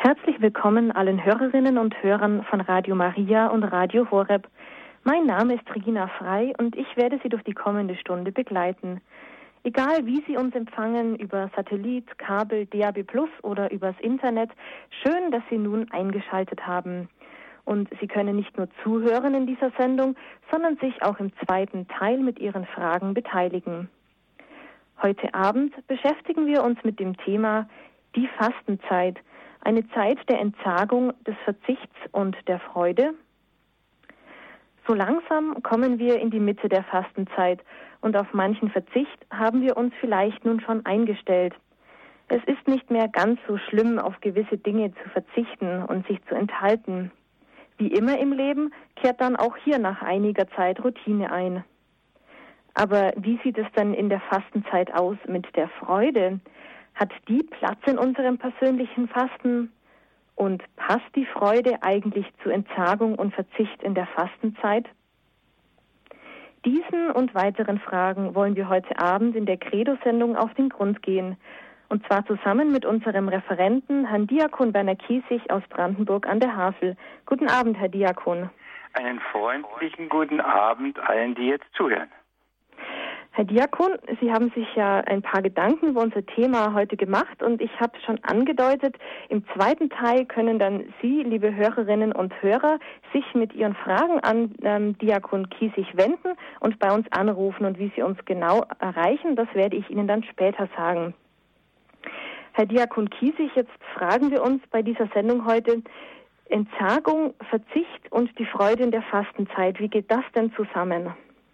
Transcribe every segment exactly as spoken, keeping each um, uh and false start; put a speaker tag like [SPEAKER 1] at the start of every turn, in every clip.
[SPEAKER 1] Herzlich willkommen allen Hörerinnen und Hörern von Radio Maria und Radio Horeb. Mein Name ist Regina Frei und ich werde Sie durch die kommende Stunde begleiten. Egal wie Sie uns empfangen, über Satellit, Kabel, D A B plus oder übers Internet, schön, dass Sie nun eingeschaltet haben. Und Sie können nicht nur zuhören in dieser Sendung, sondern sich auch im zweiten Teil mit Ihren Fragen beteiligen. Heute Abend beschäftigen wir uns mit dem Thema die Fastenzeit, eine Zeit der Entsagung, des Verzichts und der Freude. So langsam kommen wir in die Mitte der Fastenzeit und auf manchen Verzicht haben wir uns vielleicht nun schon eingestellt. Es ist nicht mehr ganz so schlimm, auf gewisse Dinge zu verzichten und sich zu enthalten. Wie immer im Leben kehrt dann auch hier nach einiger Zeit Routine ein. Aber wie sieht es denn in der Fastenzeit aus mit der Freude? Hat die Platz in unserem persönlichen Fasten? Und passt die Freude eigentlich zu Entsagung und Verzicht in der Fastenzeit? Diesen und weiteren Fragen wollen wir heute Abend in der Credo-Sendung auf den Grund gehen. Und zwar zusammen mit unserem Referenten, Herrn Diakon Werner Kiesig aus Brandenburg an der Havel. Guten Abend, Herr Diakon.
[SPEAKER 2] Einen freundlichen guten Abend allen, die jetzt zuhören.
[SPEAKER 1] Herr Diakon, Sie haben sich ja ein paar Gedanken über unser Thema heute gemacht und ich habe schon angedeutet, im zweiten Teil können dann Sie, liebe Hörerinnen und Hörer, sich mit Ihren Fragen an ähm, Diakon Kiesig wenden und bei uns anrufen, und wie Sie uns genau erreichen, das werde ich Ihnen dann später sagen. Herr Diakon Kiesig, jetzt fragen wir uns bei dieser Sendung heute: Entsagung, Verzicht und die Freude in der Fastenzeit, wie geht das denn zusammen?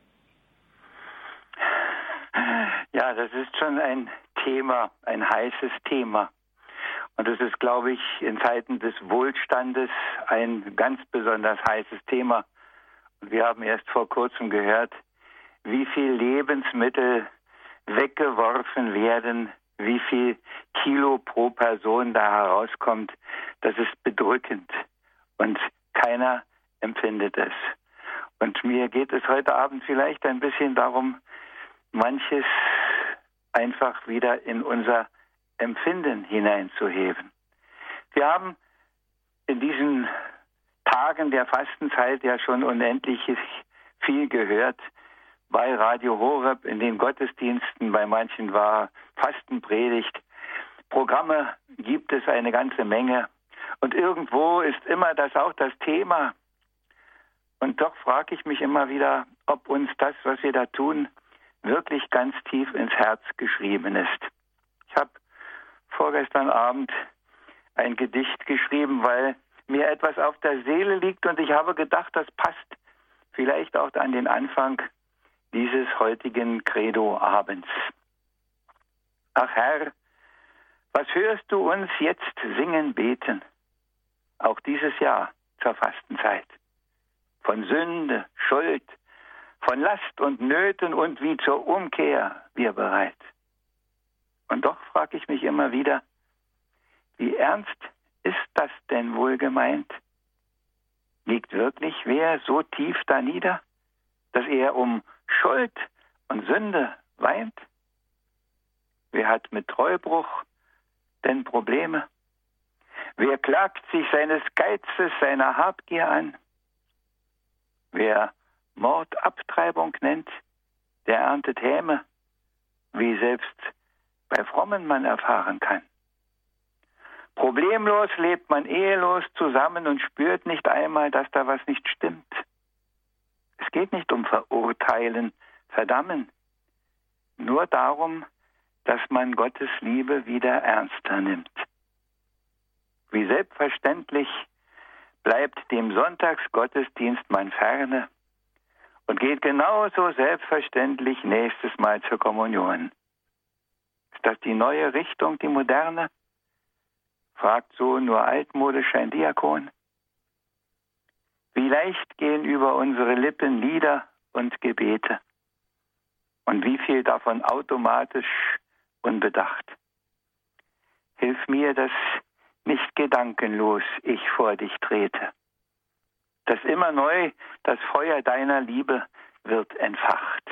[SPEAKER 2] Ja, das ist schon ein Thema, ein heißes Thema. Und es ist, glaube ich, in Zeiten des Wohlstandes ein ganz besonders heißes Thema. Und wir haben erst vor kurzem gehört, wie viel Lebensmittel weggeworfen werden, wie viel Kilo pro Person da herauskommt. Das ist bedrückend. Und keiner empfindet es. Und mir geht es heute Abend vielleicht ein bisschen darum, manches einfach wieder in unser Empfinden hineinzuheben. Wir haben in diesen Tagen der Fastenzeit ja schon unendlich viel gehört. Bei Radio Horeb, in den Gottesdiensten, bei manchen war Fastenpredigt. Programme gibt es eine ganze Menge. Und irgendwo ist immer das auch das Thema. Und doch frage ich mich immer wieder, ob uns das, was wir da tun, wirklich ganz tief ins Herz geschrieben ist. Ich habe vorgestern Abend ein Gedicht geschrieben, weil mir etwas auf der Seele liegt und ich habe gedacht, das passt vielleicht auch an den Anfang dieses heutigen Credo-Abends. Ach Herr, was hörst du uns jetzt singen, beten, auch dieses Jahr zur Fastenzeit? Von Sünde, Schuld, von Last und Nöten und wie zur Umkehr wir bereit. Und doch frage ich mich immer wieder, wie ernst ist das denn wohl gemeint? Liegt wirklich wer so tief da nieder, dass er um Schuld und Sünde weint? Wer hat mit Treubruch denn Probleme? Wer klagt sich seines Geizes, seiner Habgier an? Wer Mord Abtreibung nennt, der erntet Häme, wie selbst bei Frommen man erfahren kann. Problemlos lebt man ehelos zusammen und spürt nicht einmal, dass da was nicht stimmt. Es geht nicht um Verurteilen, Verdammen, nur darum, dass man Gottes Liebe wieder ernster nimmt. Wie selbstverständlich bleibt dem Sonntagsgottesdienst man ferne und geht genauso selbstverständlich nächstes Mal zur Kommunion. Ist das die neue Richtung, die moderne? Fragt so nur altmodisch ein Diakon. Wie leicht gehen über unsere Lippen Lieder und Gebete. Und wie viel davon automatisch unbedacht. Hilf mir, dass nicht gedankenlos ich vor dich trete. Dass immer neu das Feuer deiner Liebe wird entfacht.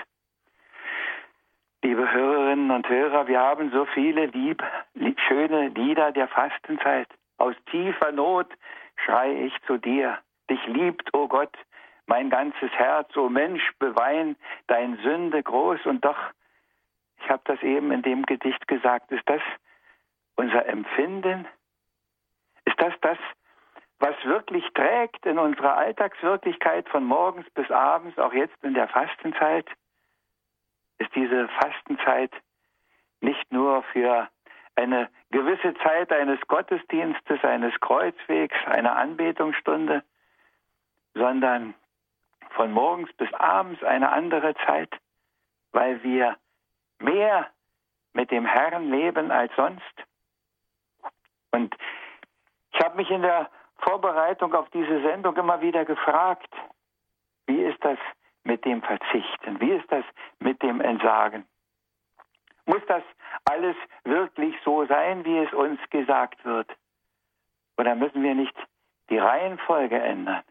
[SPEAKER 2] Liebe Hörerinnen und Hörer, wir haben so viele lieb, lieb, schöne Lieder der Fastenzeit. Aus tiefer Not schrei ich zu dir. Dich liebt, o Gott, mein ganzes Herz. O Mensch, bewein dein Sünde groß. Und doch, ich habe das eben in dem Gedicht gesagt, ist das unser Empfinden? Ist das das, was wirklich trägt in unserer Alltagswirklichkeit von morgens bis abends, auch jetzt in der Fastenzeit? Ist diese Fastenzeit nicht nur für eine gewisse Zeit eines Gottesdienstes, eines Kreuzwegs, einer Anbetungsstunde, sondern von morgens bis abends eine andere Zeit, weil wir mehr mit dem Herrn leben als sonst? Und ich habe mich in der Vorbereitung auf diese Sendung immer wieder gefragt, wie ist das mit dem Verzichten? Wie ist das mit dem Entsagen? Muss das alles wirklich so sein, wie es uns gesagt wird? Oder müssen wir nicht die Reihenfolge ändern?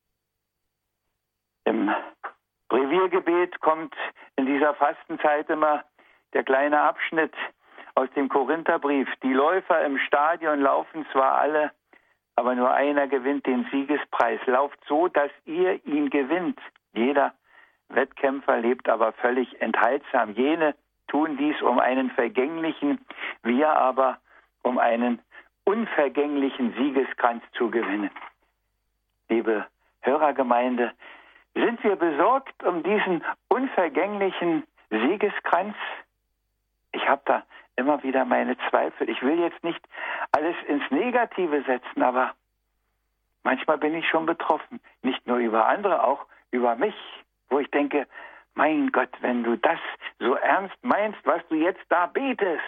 [SPEAKER 2] Im Breviergebet kommt in dieser Fastenzeit immer der kleine Abschnitt aus dem Korintherbrief. Die Läufer im Stadion laufen zwar alle, aber nur einer gewinnt den Siegespreis. Lauft so, dass ihr ihn gewinnt. Jeder Wettkämpfer lebt aber völlig enthaltsam. Jene tun dies um einen vergänglichen, wir aber um einen unvergänglichen Siegeskranz zu gewinnen. Liebe Hörergemeinde, sind wir besorgt um diesen unvergänglichen Siegeskranz? Ich habe da immer wieder meine Zweifel. Ich will jetzt nicht alles ins Negative setzen, aber manchmal bin ich schon betroffen. Nicht nur über andere, auch über mich, wo ich denke, mein Gott, wenn du das so ernst meinst, was du jetzt da betest.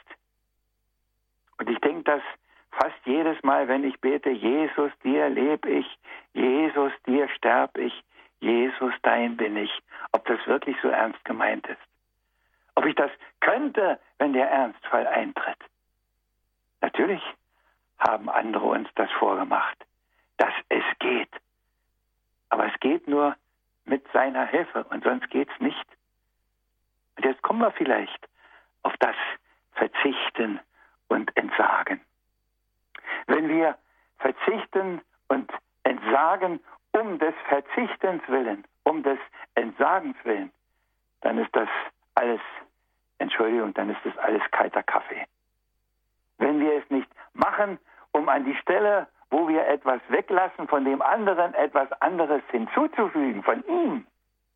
[SPEAKER 2] Und ich denke das fast jedes Mal, wenn ich bete, Jesus, dir lebe ich, Jesus, dir sterb ich, Jesus, dein bin ich. Ob das wirklich so ernst gemeint ist. Ob ich das könnte, wenn der Ernstfall eintritt. Natürlich haben andere uns das vorgemacht, dass es geht. Aber es geht nur mit seiner Hilfe und sonst geht's nicht. Und jetzt kommen wir vielleicht auf das Verzichten und Entsagen. Wenn wir verzichten und entsagen um des Verzichtens willen, um des Entsagens willen, dann ist das alles, Entschuldigung, dann ist das alles kalter Kaffee. Wenn wir es nicht machen, um an die Stelle, wo wir etwas weglassen, von dem anderen etwas anderes hinzuzufügen, von ihm,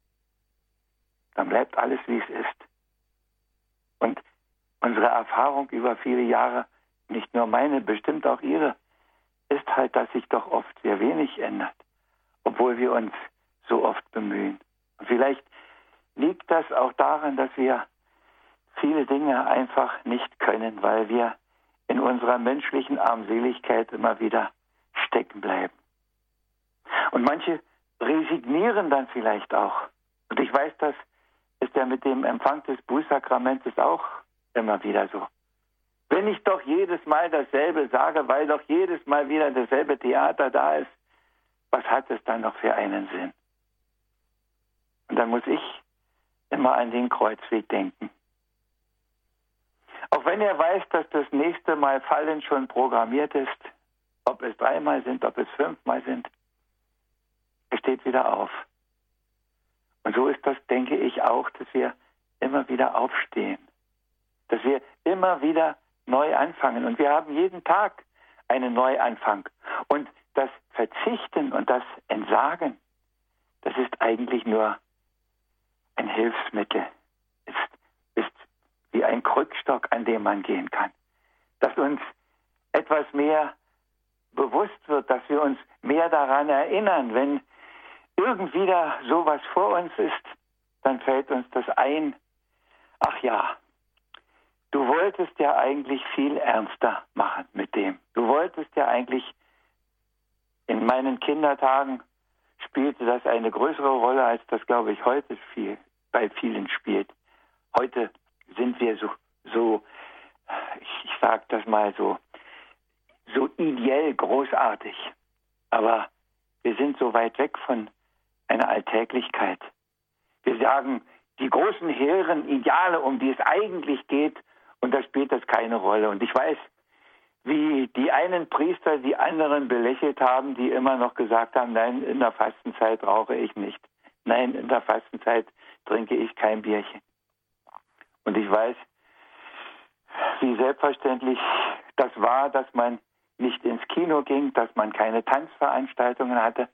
[SPEAKER 2] dann bleibt alles, wie es ist. Und unsere Erfahrung über viele Jahre, nicht nur meine, bestimmt auch ihre, ist halt, dass sich doch oft sehr wenig ändert, obwohl wir uns so oft bemühen. Und vielleicht liegt das auch daran, dass wir viele Dinge einfach nicht können, weil wir in unserer menschlichen Armseligkeit immer wieder stecken bleiben. Und manche resignieren dann vielleicht auch. Und ich weiß, das ist ja mit dem Empfang des Bußsakramentes auch immer wieder so. Wenn ich doch jedes Mal dasselbe sage, weil doch jedes Mal wieder dasselbe Theater da ist, was hat es dann noch für einen Sinn? Und dann muss ich immer an den Kreuzweg denken. Auch wenn er weiß, dass das nächste Mal Fallen schon programmiert ist, ob es dreimal sind, ob es fünfmal sind, er steht wieder auf. Und so ist das, denke ich, auch, dass wir immer wieder aufstehen. Dass wir immer wieder neu anfangen. Und wir haben jeden Tag einen Neuanfang. Und das Verzichten und das Entsagen, das ist eigentlich nur ein Hilfsmittel. Es ist wie ein Krückstock, an dem man gehen kann. Dass uns etwas mehr bewusst wird, dass wir uns mehr daran erinnern, wenn irgendwie da sowas vor uns ist, dann fällt uns das ein. Ach ja, du wolltest ja eigentlich viel ernster machen mit dem. Du wolltest ja eigentlich, in meinen Kindertagen spielte das eine größere Rolle, als das, glaube ich, heute viel, bei vielen spielt. Heute sind wir so, so ich, ich sage das mal so, so ideell großartig. Aber wir sind so weit weg von einer Alltäglichkeit. Wir sagen, die großen hehren Ideale, um die es eigentlich geht, und da spielt das keine Rolle. Und ich weiß, wie die einen Priester die anderen belächelt haben, die immer noch gesagt haben, nein, in der Fastenzeit rauche ich nicht. Nein, in der Fastenzeit trinke ich kein Bierchen. Und ich weiß, wie selbstverständlich das war, dass man nicht ins Kino ging, dass man keine Tanzveranstaltungen hatte.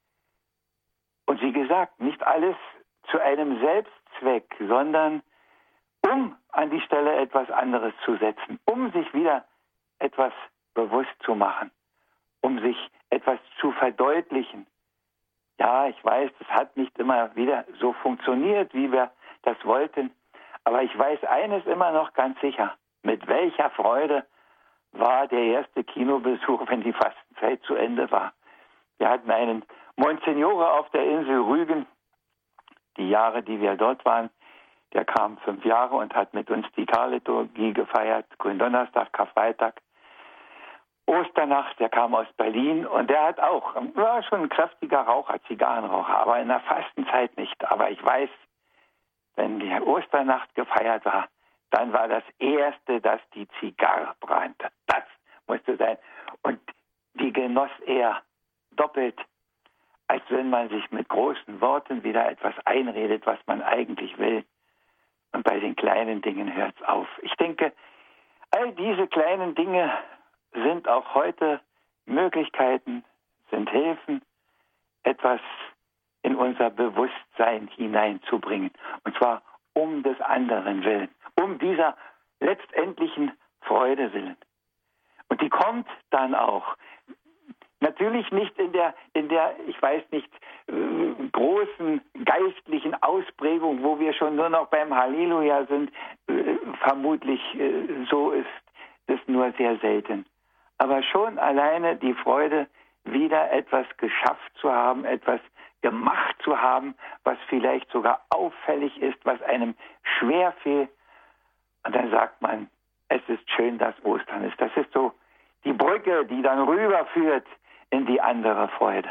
[SPEAKER 2] Und wie gesagt, nicht alles zu einem Selbstzweck, sondern um an die Stelle etwas anderes zu setzen, um sich wieder etwas bewusst zu machen, um sich etwas zu verdeutlichen. Ja, ich weiß, das hat nicht immer wieder so funktioniert, wie wir das wollten, aber ich weiß eines immer noch ganz sicher: Mit welcher Freude war der erste Kinobesuch, wenn die Fastenzeit zu Ende war. Wir hatten einen Monsignore auf der Insel Rügen, die Jahre, die wir dort waren. Der kam fünf Jahre und hat mit uns die Karliturgie gefeiert, Gründonnerstag, Karfreitag, Osternacht. Der kam aus Berlin und der hat auch, war schon ein kräftiger Raucher, Zigarrenraucher, aber in der Fastenzeit nicht. Aber ich weiß, wenn die Osternacht gefeiert war, dann war das Erste, dass die Zigarre brannte. Das musste sein. Und die genoss er doppelt, als wenn man sich mit großen Worten wieder etwas einredet, was man eigentlich will. Und bei den kleinen Dingen hört es auf. Ich denke, all diese kleinen Dinge sind auch heute Möglichkeiten, sind Hilfen, etwas in unser Bewusstsein hineinzubringen. Und zwar um des anderen willen, um dieser letztendlichen Freude willen. Und die kommt dann auch. Natürlich nicht in der, in der, ich weiß nicht, äh, großen geistlichen Ausprägung, wo wir schon nur noch beim Halleluja sind. Äh, vermutlich äh, so ist es nur sehr selten. Aber schon alleine die Freude, wieder etwas geschafft zu haben, etwas gemacht zu haben, was vielleicht sogar auffällig ist, was einem schwer fiel. Und dann sagt man, es ist schön, dass Ostern ist. Das ist so die Brücke, die dann rüberführt in die andere Freude.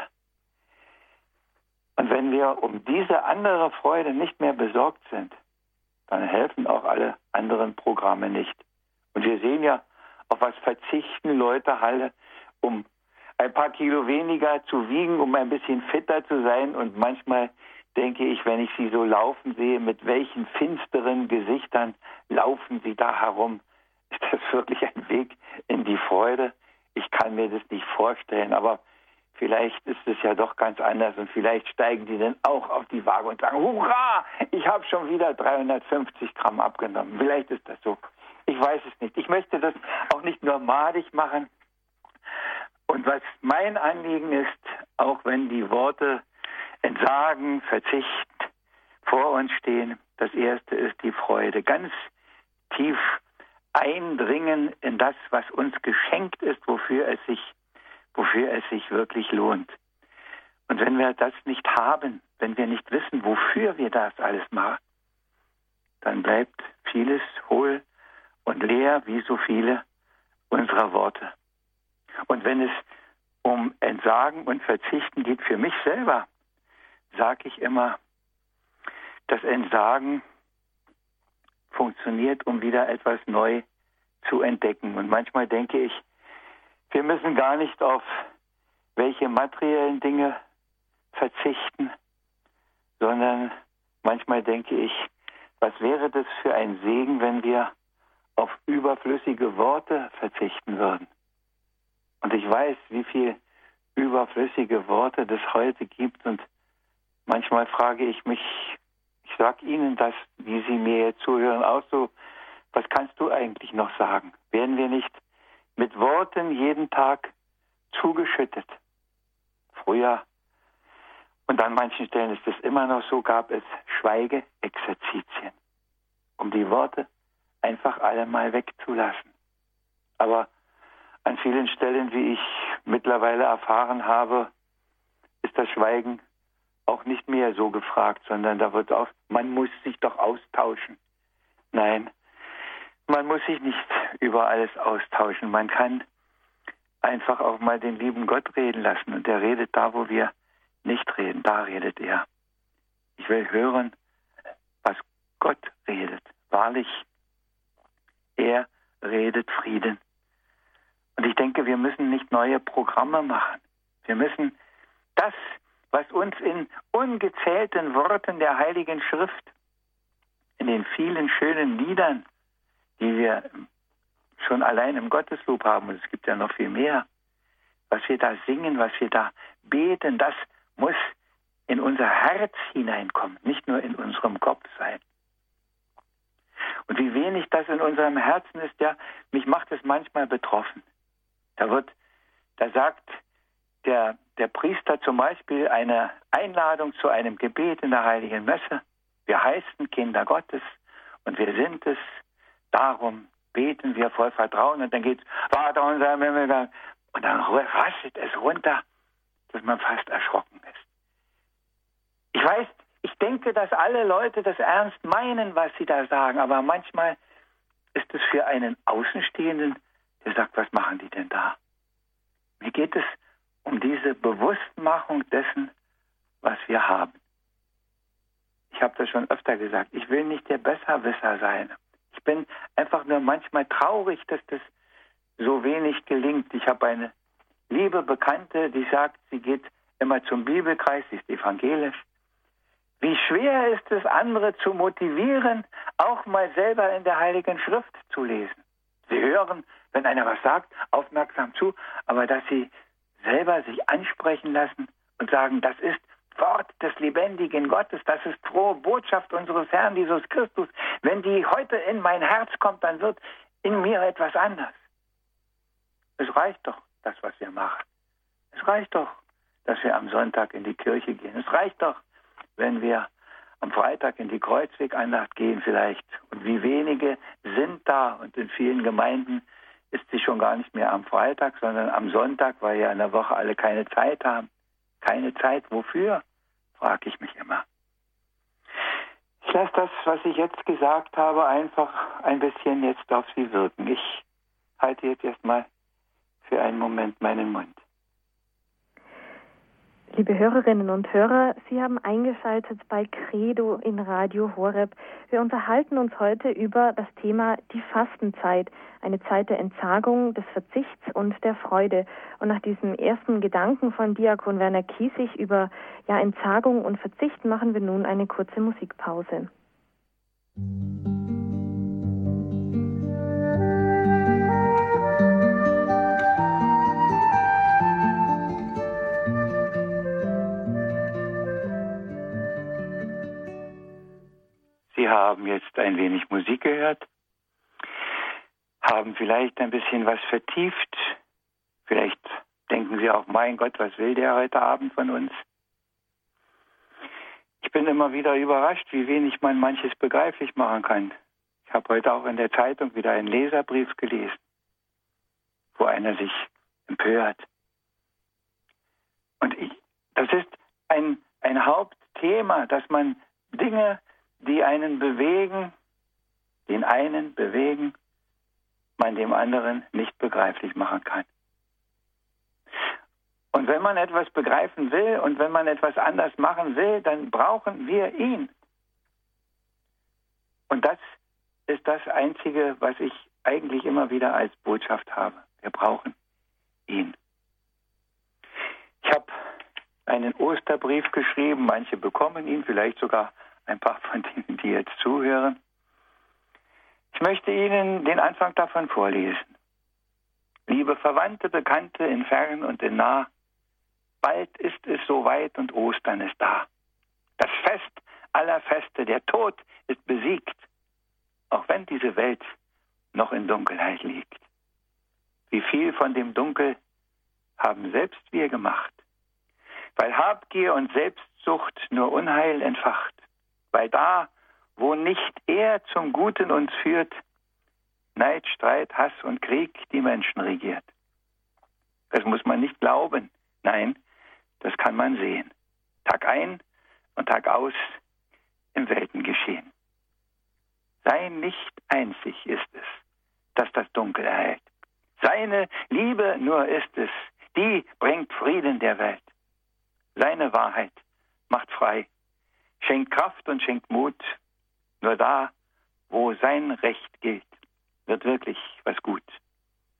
[SPEAKER 2] Und wenn wir um diese andere Freude nicht mehr besorgt sind, dann helfen auch alle anderen Programme nicht. Und wir sehen ja, auf was verzichten Leute alle, um ein paar Kilo weniger zu wiegen, um ein bisschen fitter zu sein. Und manchmal denke ich, wenn ich sie so laufen sehe, mit welchen finsteren Gesichtern laufen sie da herum. Ist das wirklich ein Weg in die Freude? Ich kann mir das nicht vorstellen, aber vielleicht ist es ja doch ganz anders und vielleicht steigen die dann auch auf die Waage und sagen, hurra, ich habe schon wieder dreihundertfünfzig Gramm abgenommen. Vielleicht ist das so. Ich weiß es nicht. Ich möchte das auch nicht nur madig machen. Und was mein Anliegen ist, auch wenn die Worte Entsagen, Verzicht vor uns stehen, das erste ist die Freude. Ganz tief eindringen in das, was uns geschenkt ist, wofür es sich, wofür es sich wirklich lohnt. Und wenn wir das nicht haben, wenn wir nicht wissen, wofür wir das alles machen, dann bleibt vieles hohl und leer, wie so viele unserer Worte. Und wenn es um Entsagen und Verzichten geht, für mich selber, sage ich immer, das Entsagen funktioniert, um wieder etwas neu zu entdecken. Und manchmal denke ich, wir müssen gar nicht auf welche materiellen Dinge verzichten, sondern manchmal denke ich, was wäre das für ein Segen, wenn wir auf überflüssige Worte verzichten würden. Und ich weiß, wie viel überflüssige Worte das heute gibt. Und manchmal frage ich mich, ich sage Ihnen das, wie Sie mir jetzt zuhören, auch so, was kannst du eigentlich noch sagen? Werden wir nicht mit Worten jeden Tag zugeschüttet? Früher, und an manchen Stellen ist es immer noch so, gab es Schweigeexerzitien, um die Worte einfach alle mal wegzulassen. Aber an vielen Stellen, wie ich mittlerweile erfahren habe, ist das Schweigen auch nicht mehr so gefragt, sondern da wird auch, man muss sich doch austauschen. Nein, man muss sich nicht über alles austauschen. Man kann einfach auch mal den lieben Gott reden lassen. Und er redet da, wo wir nicht reden. Da redet er. Ich will hören, was Gott redet. Wahrlich, er redet Frieden. Und ich denke, wir müssen nicht neue Programme machen. Wir müssen das, was uns in ungezählten Worten der Heiligen Schrift, in den vielen schönen Liedern, die wir schon allein im Gotteslob haben, und es gibt ja noch viel mehr, was wir da singen, was wir da beten, das muss in unser Herz hineinkommen, nicht nur in unserem Kopf sein. Und wie wenig das in unserem Herzen ist, ja, mich macht es manchmal betroffen. Da wird, da sagt der, der Priester zum Beispiel eine Einladung zu einem Gebet in der Heiligen Messe. Wir heißen Kinder Gottes und wir sind es. Darum beten wir voll Vertrauen. Und dann geht's, Vater unser im Himmel. Und dann rasselt es runter, dass man fast erschrocken ist. Ich weiß, ich denke, dass alle Leute das ernst meinen, was sie da sagen. Aber manchmal ist es für einen Außenstehenden, der sagt, was machen die denn da? Mir geht es um diese Bewusstmachung dessen, was wir haben. Ich habe das schon öfter gesagt. Ich will nicht der Besserwisser sein. Ich bin einfach nur manchmal traurig, dass das so wenig gelingt. Ich habe eine liebe Bekannte, die sagt, sie geht immer zum Bibelkreis, sie ist evangelisch. Wie schwer ist es, andere zu motivieren, auch mal selber in der Heiligen Schrift zu lesen. Sie hören, wenn einer was sagt, aufmerksam zu, aber dass sie selber sich ansprechen lassen und sagen, das ist Wort des lebendigen Gottes, das ist frohe Botschaft unseres Herrn Jesus Christus. Wenn die heute in mein Herz kommt, dann wird in mir etwas anders. Es reicht doch, das, was wir machen. Es reicht doch, dass wir am Sonntag in die Kirche gehen. Es reicht doch, wenn wir am Freitag in die Kreuzwegandacht gehen vielleicht. Und wie wenige sind da, und in vielen Gemeinden ist sie schon gar nicht mehr am Freitag, sondern am Sonntag, weil ja in der Woche alle keine Zeit haben. Keine Zeit, wofür? Frage ich mich immer. Ich lasse das, was ich jetzt gesagt habe, einfach ein bisschen jetzt auf Sie wirken. Ich halte jetzt erstmal für einen Moment meinen Mund.
[SPEAKER 1] Liebe Hörerinnen und Hörer, Sie haben eingeschaltet bei Credo in Radio Horeb. Wir unterhalten uns heute über das Thema die Fastenzeit, eine Zeit der Entsagung, des Verzichts und der Freude. Und nach diesem ersten Gedanken von Diakon Werner Kiesig über ja, Entsagung und Verzicht machen wir nun eine kurze Musikpause.
[SPEAKER 2] Sie haben jetzt ein wenig Musik gehört, haben vielleicht ein bisschen was vertieft. Vielleicht denken Sie auch, mein Gott, was will der heute Abend von uns? Ich bin immer wieder überrascht, wie wenig man manches begreiflich machen kann. Ich habe heute auch in der Zeitung wieder einen Leserbrief gelesen, wo einer sich empört. Und ich, das ist ein, ein Hauptthema, dass man Dinge, die einen bewegen, den einen bewegen, man dem anderen nicht begreiflich machen kann. Und wenn man etwas begreifen will und wenn man etwas anders machen will, dann brauchen wir ihn. Und das ist das Einzige, was ich eigentlich immer wieder als Botschaft habe. Wir brauchen ihn. Ich habe einen Osterbrief geschrieben, manche bekommen ihn, vielleicht sogar ein paar von denen, die jetzt zuhören. Ich möchte Ihnen den Anfang davon vorlesen. Liebe Verwandte, Bekannte in Fern und in Nah, bald ist es soweit und Ostern ist da. Das Fest aller Feste, der Tod ist besiegt, auch wenn diese Welt noch in Dunkelheit liegt. Wie viel von dem Dunkel haben selbst wir gemacht, weil Habgier und Selbstsucht nur Unheil entfacht. Weil da, wo nicht er zum Guten uns führt, Neid, Streit, Hass und Krieg die Menschen regiert. Das muss man nicht glauben. Nein, das kann man sehen. Tag ein und Tag aus im Weltengeschehen. Sein Licht einzig ist es, das das Dunkel erhält. Seine Liebe nur ist es, die bringt Frieden der Welt. Seine Wahrheit macht frei, schenkt Kraft und schenkt Mut. Nur da, wo sein Recht gilt, wird wirklich was gut.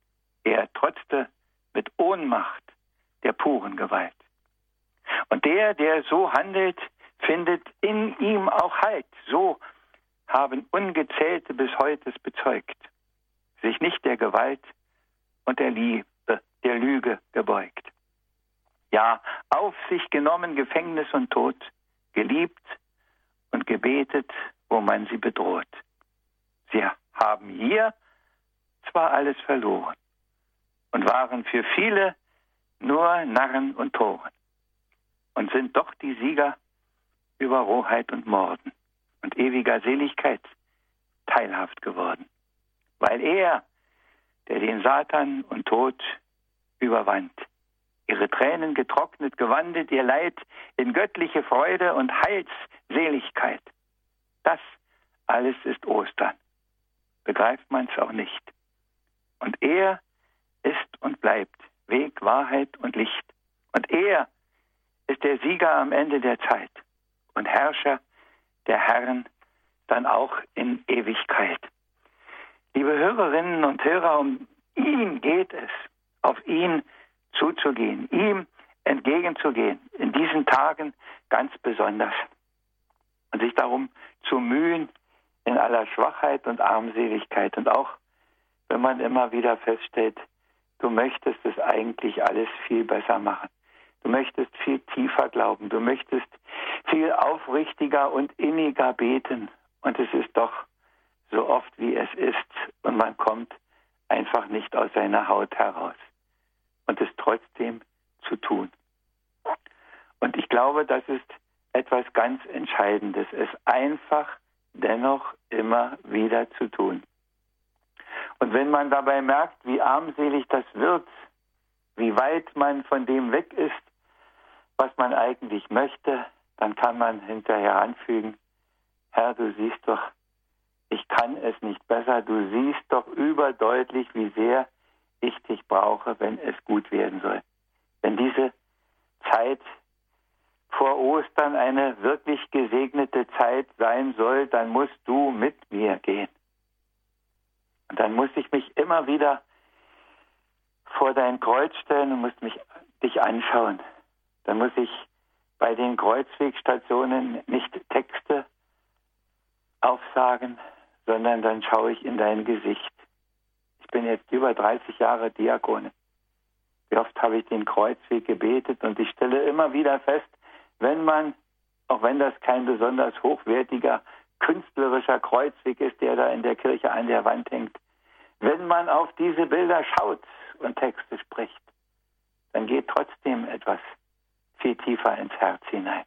[SPEAKER 2] Er trotzte mit Ohnmacht der puren Gewalt. Und der, der so handelt, findet in ihm auch Halt. So haben Ungezählte bis heute bezeugt, sich nicht der Gewalt und der Liebe, der Lüge gebeugt. Ja, auf sich genommen Gefängnis und Tod, geliebt und gebetet, wo man sie bedroht. Sie haben hier zwar alles verloren und waren für viele nur Narren und Toren und sind doch die Sieger über Rohheit und Morden und ewiger Seligkeit teilhaft geworden, weil er, der den Satan und Tod überwand, ihre Tränen getrocknet, gewandelt, ihr Leid in göttliche Freude und Heilsseligkeit. Das alles ist Ostern. Begreift man es auch nicht. Und er ist und bleibt Weg, Wahrheit und Licht. Und er ist der Sieger am Ende der Zeit und Herrscher der Herren dann auch in Ewigkeit. Liebe Hörerinnen und Hörer, um ihn geht es, auf ihn zuzugehen, ihm entgegenzugehen, in diesen Tagen ganz besonders. Und sich darum zu mühen in aller Schwachheit und Armseligkeit. Und auch, wenn man immer wieder feststellt, du möchtest es eigentlich alles viel besser machen. Du möchtest viel tiefer glauben. Du möchtest viel aufrichtiger und inniger beten. Und es ist doch so oft, wie es ist. Und man kommt einfach nicht aus seiner Haut heraus. Und es trotzdem zu tun. Und ich glaube, das ist etwas ganz Entscheidendes, es einfach dennoch immer wieder zu tun. Und wenn man dabei merkt, wie armselig das wird, wie weit man von dem weg ist, was man eigentlich möchte, dann kann man hinterher anfügen, Herr, du siehst doch, ich kann es nicht besser, du siehst doch überdeutlich, wie sehr ich dich brauche, wenn es gut werden soll. Wenn diese Zeit vor Ostern eine wirklich gesegnete Zeit sein soll, dann musst du mit mir gehen. Und dann muss ich mich immer wieder vor dein Kreuz stellen und muss mich dich anschauen. Dann muss ich bei den Kreuzwegstationen nicht Texte aufsagen, sondern dann schaue ich in dein Gesicht. Ich bin jetzt über dreißig Jahre Diakone. Wie oft habe ich den Kreuzweg gebetet und ich stelle immer wieder fest, wenn man, auch wenn das kein besonders hochwertiger, künstlerischer Kreuzweg ist, der da in der Kirche an der Wand hängt, wenn man auf diese Bilder schaut und Texte spricht, dann geht trotzdem etwas viel tiefer ins Herz hinein.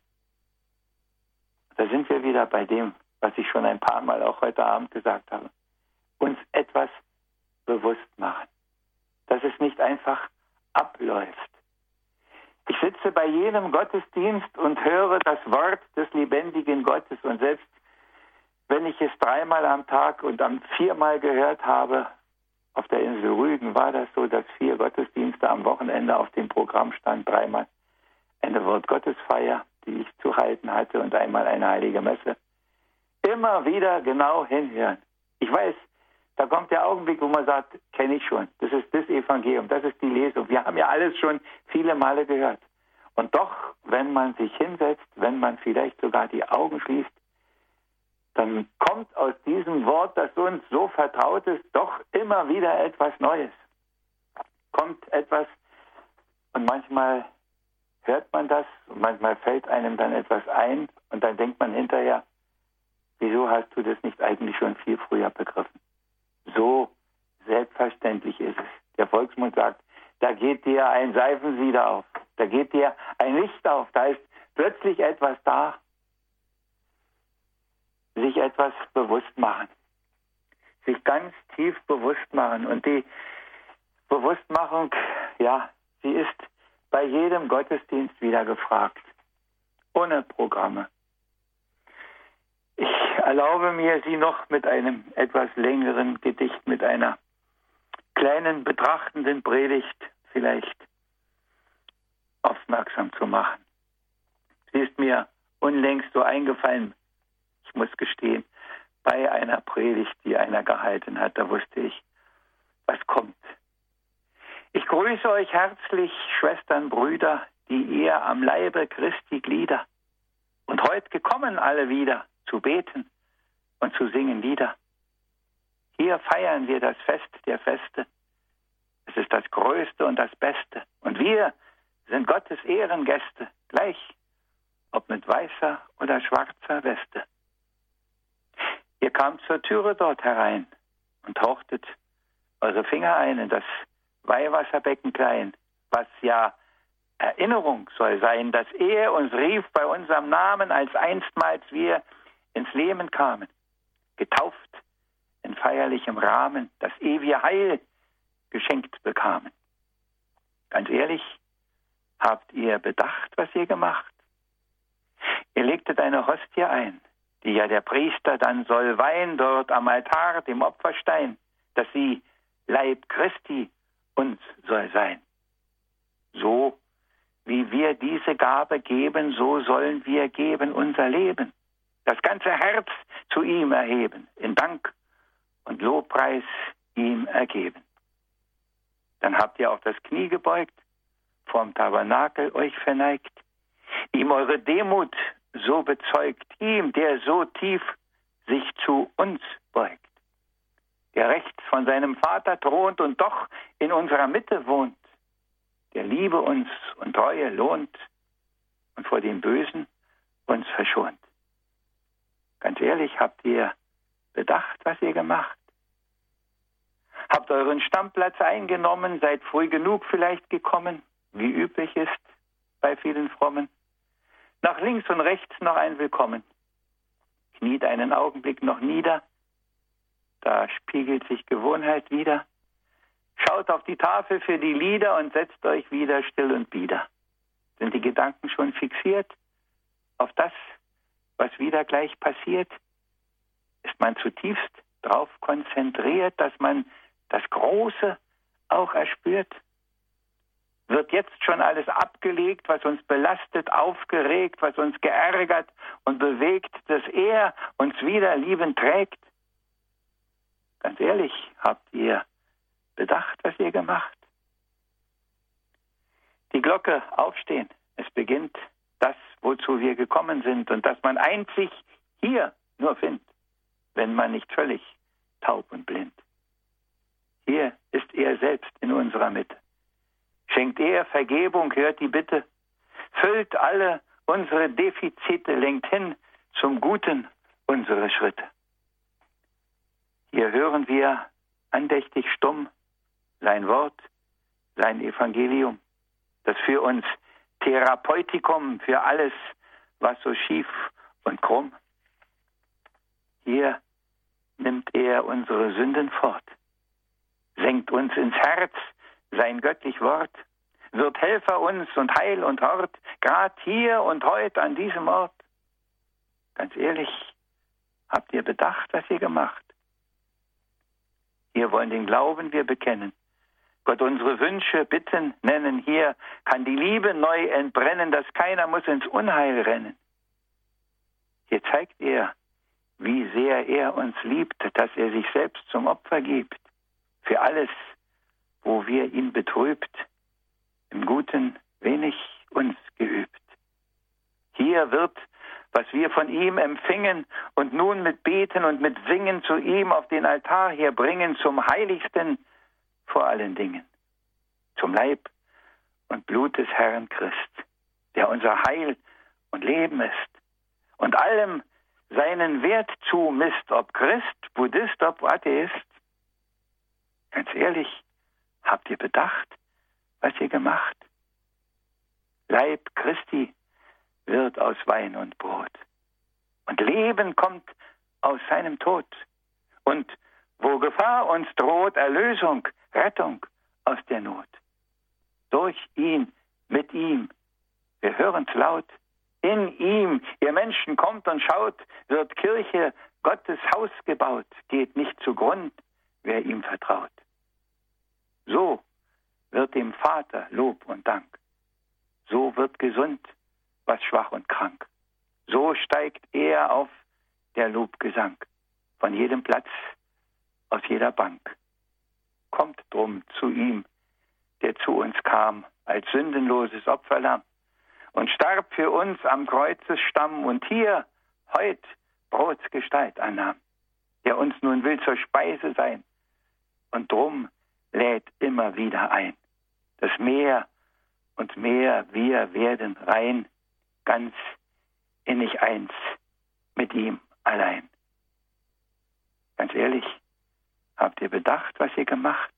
[SPEAKER 2] Da sind wir wieder bei dem, was ich schon ein paar Mal auch heute Abend gesagt habe. Uns etwas bewusst machen, dass es nicht einfach abläuft. Ich sitze bei jedem Gottesdienst und höre das Wort des lebendigen Gottes und selbst wenn ich es dreimal am Tag und am viermal gehört habe, auf der Insel Rügen war das so, dass vier Gottesdienste am Wochenende auf dem Programm stand, dreimal eine Wortgottesfeier, die ich zu halten hatte und einmal eine heilige Messe. Immer wieder genau hinhören. Ich weiß, da kommt der Augenblick, wo man sagt, kenne ich schon. Das ist das Evangelium, das ist die Lesung. Wir haben ja alles schon viele Male gehört. Und doch, wenn man sich hinsetzt, wenn man vielleicht sogar die Augen schließt, dann kommt aus diesem Wort, das uns so vertraut ist, doch immer wieder etwas Neues. Kommt etwas und manchmal hört man das und manchmal fällt einem dann etwas ein und dann denkt man hinterher, wieso hast du das nicht eigentlich schon viel früher begriffen? So selbstverständlich ist es. Der Volksmund sagt, da geht dir ein Seifensieder auf, da geht dir ein Licht auf, da ist plötzlich etwas da. Sich etwas bewusst machen. Sich ganz tief bewusst machen. Und die Bewusstmachung, ja, sie ist bei jedem Gottesdienst wieder gefragt. Ohne Programme. Ich erlaube mir, Sie noch mit einem etwas längeren Gedicht, mit einer kleinen betrachtenden Predigt vielleicht aufmerksam zu machen. Sie ist mir unlängst so eingefallen, ich muss gestehen, bei einer Predigt, die einer gehalten hat, da wusste ich, was kommt. Ich grüße euch herzlich, Schwestern, Brüder, die ihr am Leibe Christi Glieder, und heut gekommen alle wieder zu beten und zu singen Lieder. Hier feiern wir das Fest der Feste. Es ist das Größte und das Beste. Und wir sind Gottes Ehrengäste, gleich ob mit weißer oder schwarzer Weste. Ihr kamt zur Türe dort herein und tauchtet eure Finger ein in das Weihwasserbecken klein, was ja Erinnerung soll sein, dass er uns rief bei unserem Namen, als einstmals wir ins Leben kamen, getauft in feierlichem Rahmen, das ewige Heil geschenkt bekamen. Ganz ehrlich, habt ihr bedacht, was ihr gemacht? Ihr legtet eine Hostie ein, die ja der Priester dann soll weihen dort am Altar, dem Opferstein, dass sie Leib Christi uns soll sein. So wie wir diese Gabe geben, so sollen wir geben unser Leben, das ganze Herz zu ihm erheben, in Dank und Lobpreis ihm ergeben. Dann habt ihr auch das Knie gebeugt, vorm Tabernakel euch verneigt, ihm eure Demut so bezeugt, ihm, der so tief sich zu uns beugt, der rechts von seinem Vater thront und doch in unserer Mitte wohnt, der Liebe uns und Treue lohnt und vor dem Bösen uns verschont. Ganz ehrlich, habt ihr bedacht, was ihr gemacht? Habt euren Stammplatz eingenommen, seid früh genug vielleicht gekommen, wie üblich ist bei vielen Frommen. Nach links und rechts noch ein Willkommen. Kniet einen Augenblick noch nieder, da spiegelt sich Gewohnheit wieder. Schaut auf die Tafel für die Lieder und setzt euch wieder still und bieder. Sind die Gedanken schon fixiert auf das, was wieder gleich passiert? Ist man zutiefst darauf konzentriert, dass man das Große auch erspürt? Wird jetzt schon alles abgelegt, was uns belastet, aufgeregt, was uns geärgert und bewegt, dass er uns wieder liebend trägt? Ganz ehrlich, habt ihr bedacht, was ihr gemacht? Die Glocke aufstehen, es beginnt das, wozu wir gekommen sind und das man einzig hier nur findet, wenn man nicht völlig taub und blind. Hier ist er selbst in unserer Mitte. Schenkt er Vergebung, hört die Bitte, füllt alle unsere Defizite, lenkt hin zum Guten unsere Schritte. Hier hören wir andächtig stumm sein Wort, sein Evangelium, das für uns Therapeutikum für alles, was so schief und krumm. Hier nimmt er unsere Sünden fort, senkt uns ins Herz sein göttlich Wort, wird Helfer uns und Heil und Hort, grad hier und heut an diesem Ort. Ganz ehrlich, habt ihr bedacht, was ihr gemacht? Wir wollen den Glauben wir bekennen, Gott unsere Wünsche, Bitten nennen. Hier kann die Liebe neu entbrennen, dass keiner muss ins Unheil rennen. Hier zeigt er, wie sehr er uns liebt, dass er sich selbst zum Opfer gibt, für alles, wo wir ihn betrübt, im Guten wenig uns geübt. Hier wird, was wir von ihm empfingen und nun mit Beten und mit Singen zu ihm auf den Altar hier bringen, zum Heiligsten vor allen Dingen, zum Leib und Blut des Herrn Christ, der unser Heil und Leben ist und allem seinen Wert zumisst, ob Christ, Buddhist, ob Atheist. Ganz ehrlich, habt ihr bedacht, was ihr gemacht? Leib Christi wird aus Wein und Brot. Und Leben kommt aus seinem Tod. Und wo Gefahr uns droht, Erlösung, Rettung aus der Not. Durch ihn, mit ihm, wir hören's laut, in ihm, ihr Menschen kommt und schaut, wird Kirche Gottes Haus gebaut, geht nicht zugrund, wer ihm vertraut. So wird dem Vater Lob und Dank. So wird gesund, was schwach und krank. So steigt er auf der Lobgesang von jedem Platz, aus jeder Bank. Kommt drum zu ihm, der zu uns kam als sündenloses Opferlamm und starb für uns am Kreuzesstamm und hier heut Brotsgestalt annahm, der uns nun will zur Speise sein und drum lädt immer wieder ein, dass mehr und mehr wir werden rein, ganz innig eins mit ihm allein. Ganz ehrlich, habt ihr bedacht, was ihr gemacht?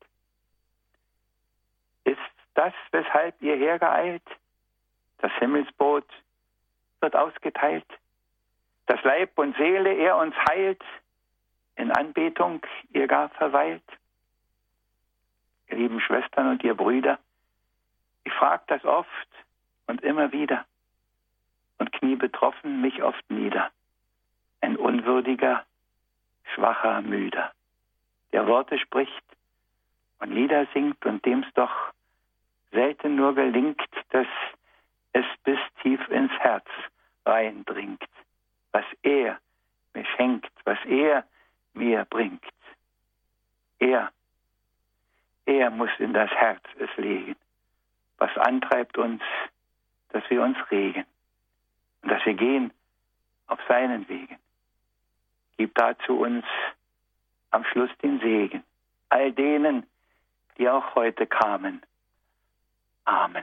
[SPEAKER 2] Ist das, weshalb ihr hergeeilt? Das Himmelsbrot wird ausgeteilt, dass Leib und Seele er uns heilt, in Anbetung ihr gar verweilt. Ihr lieben Schwestern und ihr Brüder, ich frag das oft und immer wieder und knie betroffen mich oft nieder. Ein unwürdiger, schwacher, müder, der Worte spricht und Lieder singt und dem's doch selten nur gelingt, dass es bis tief ins Herz reindringt, was er mir schenkt, was er mir bringt. Er, er muss in das Herz es legen, was antreibt uns, dass wir uns regen und dass wir gehen auf seinen Wegen. Gib dazu uns am Schluss den Segen, all denen, die auch heute kamen. Amen.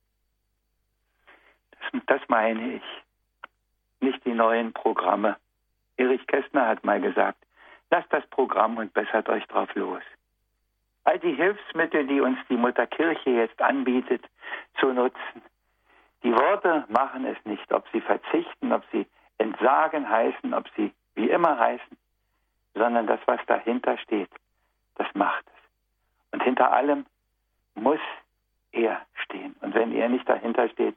[SPEAKER 2] Das, das meine ich, nicht die neuen Programme. Erich Kästner hat mal gesagt, lasst das Programm und bessert euch drauf los. All die Hilfsmittel, die uns die Mutterkirche jetzt anbietet, zu nutzen. Die Worte machen es nicht, ob sie verzichten, ob sie entsagen heißen, ob sie wie immer heißen, sondern das, was dahinter steht, das macht es. Und hinter allem muss er stehen. Und wenn er nicht dahinter steht,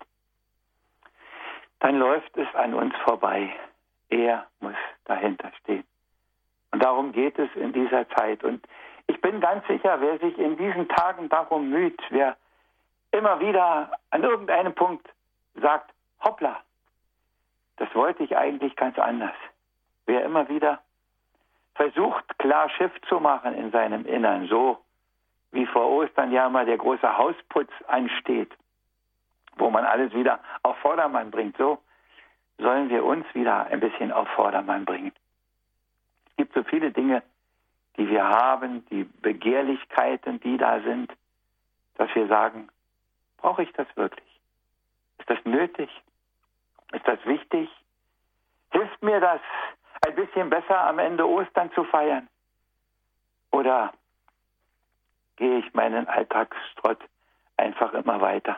[SPEAKER 2] dann läuft es an uns vorbei. Er muss dahinter stehen. Und darum geht es in dieser Zeit. Und ich bin ganz sicher, wer sich in diesen Tagen darum müht, wer immer wieder an irgendeinem Punkt sagt, hoppla, das wollte ich eigentlich ganz anders. Wer immer wieder versucht, klar Schiff zu machen in seinem Innern, so wie vor Ostern ja mal der große Hausputz ansteht, wo man alles wieder auf Vordermann bringt, so sollen wir uns wieder ein bisschen auf Vordermann bringen. Es gibt so viele Dinge, die wir haben, die Begehrlichkeiten, die da sind, dass wir sagen, brauche ich das wirklich? Ist das nötig? Ist das wichtig? Hilft mir das, ein bisschen besser am Ende Ostern zu feiern? Oder gehe ich meinen Alltagstrott einfach immer weiter?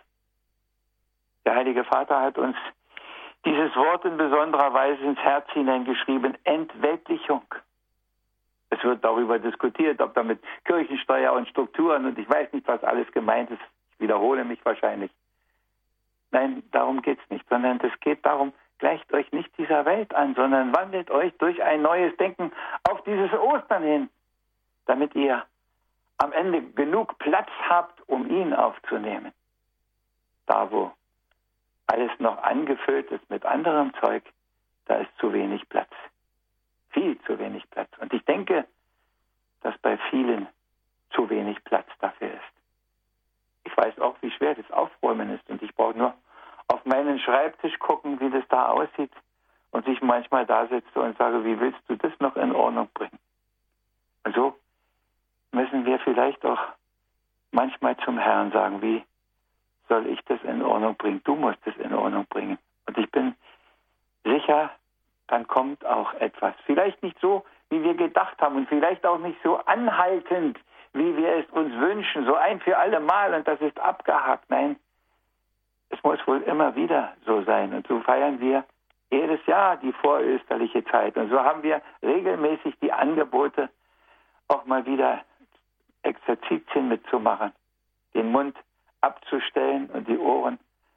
[SPEAKER 2] Der Heilige Vater hat uns dieses Wort in besonderer Weise ins Herz hineingeschrieben, Entweltlichung. Es wird darüber diskutiert, ob damit Kirchensteuer und Strukturen und ich weiß nicht, was alles gemeint ist. Ich wiederhole mich wahrscheinlich. Nein, darum geht es nicht, sondern es geht darum, gleicht euch nicht dieser Welt an, sondern wandelt euch durch ein neues Denken auf dieses Ostern hin, damit ihr am Ende genug Platz habt, um ihn aufzunehmen. Da, wo alles noch angefüllt ist mit anderem Zeug, da ist zu wenig Platz. Viel zu wenig Platz. Und ich denke, dass bei vielen zu wenig Platz dafür ist. Ich weiß auch, wie schwer das Aufräumen ist. Und ich brauche nur auf meinen Schreibtisch gucken, wie das da aussieht. Und ich manchmal da sitze und sage, wie willst du das noch in Ordnung bringen? Und so müssen wir vielleicht auch manchmal zum Herrn sagen, wie soll ich das in Ordnung bringen? Du musst es in Ordnung bringen. Und ich bin sicher, dann kommt auch etwas. Vielleicht nicht so, wie wir gedacht haben und vielleicht auch nicht so anhaltend, wie wir es uns wünschen, so ein für alle Mal und das ist abgehakt. Nein, es muss wohl immer wieder so sein. Und so feiern wir jedes Jahr die vorösterliche Zeit. Und so haben wir regelmäßig die Angebote, auch mal wieder Exerzitien mitzumachen, den Mund abzustellen und die Ohren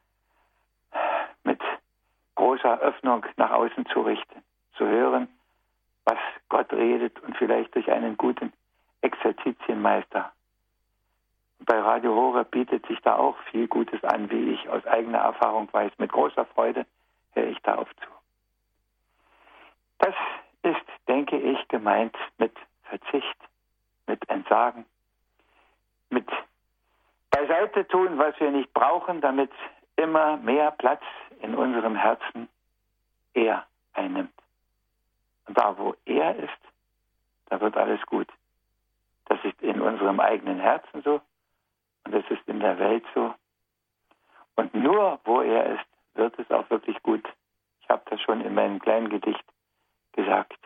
[SPEAKER 2] mit großer Öffnung nach außen zu richten, zu hören, was Gott redet und vielleicht durch einen guten Exerzitienmeister. Bei Radio Horeb bietet sich da auch viel Gutes an, wie ich aus eigener Erfahrung weiß. Mit großer Freude höre ich da auf zu. Das ist, denke ich, gemeint mit Verzicht, mit Entsagen, mit beiseite tun, was wir nicht brauchen, damit immer mehr Platz in unserem Herzen er einnimmt. Und da, wo er ist, da wird alles gut. Das ist in unserem eigenen Herzen so und das ist in der Welt so. Und nur, wo er ist, wird es auch wirklich gut. Ich habe das schon in meinem kleinen Gedicht gesagt.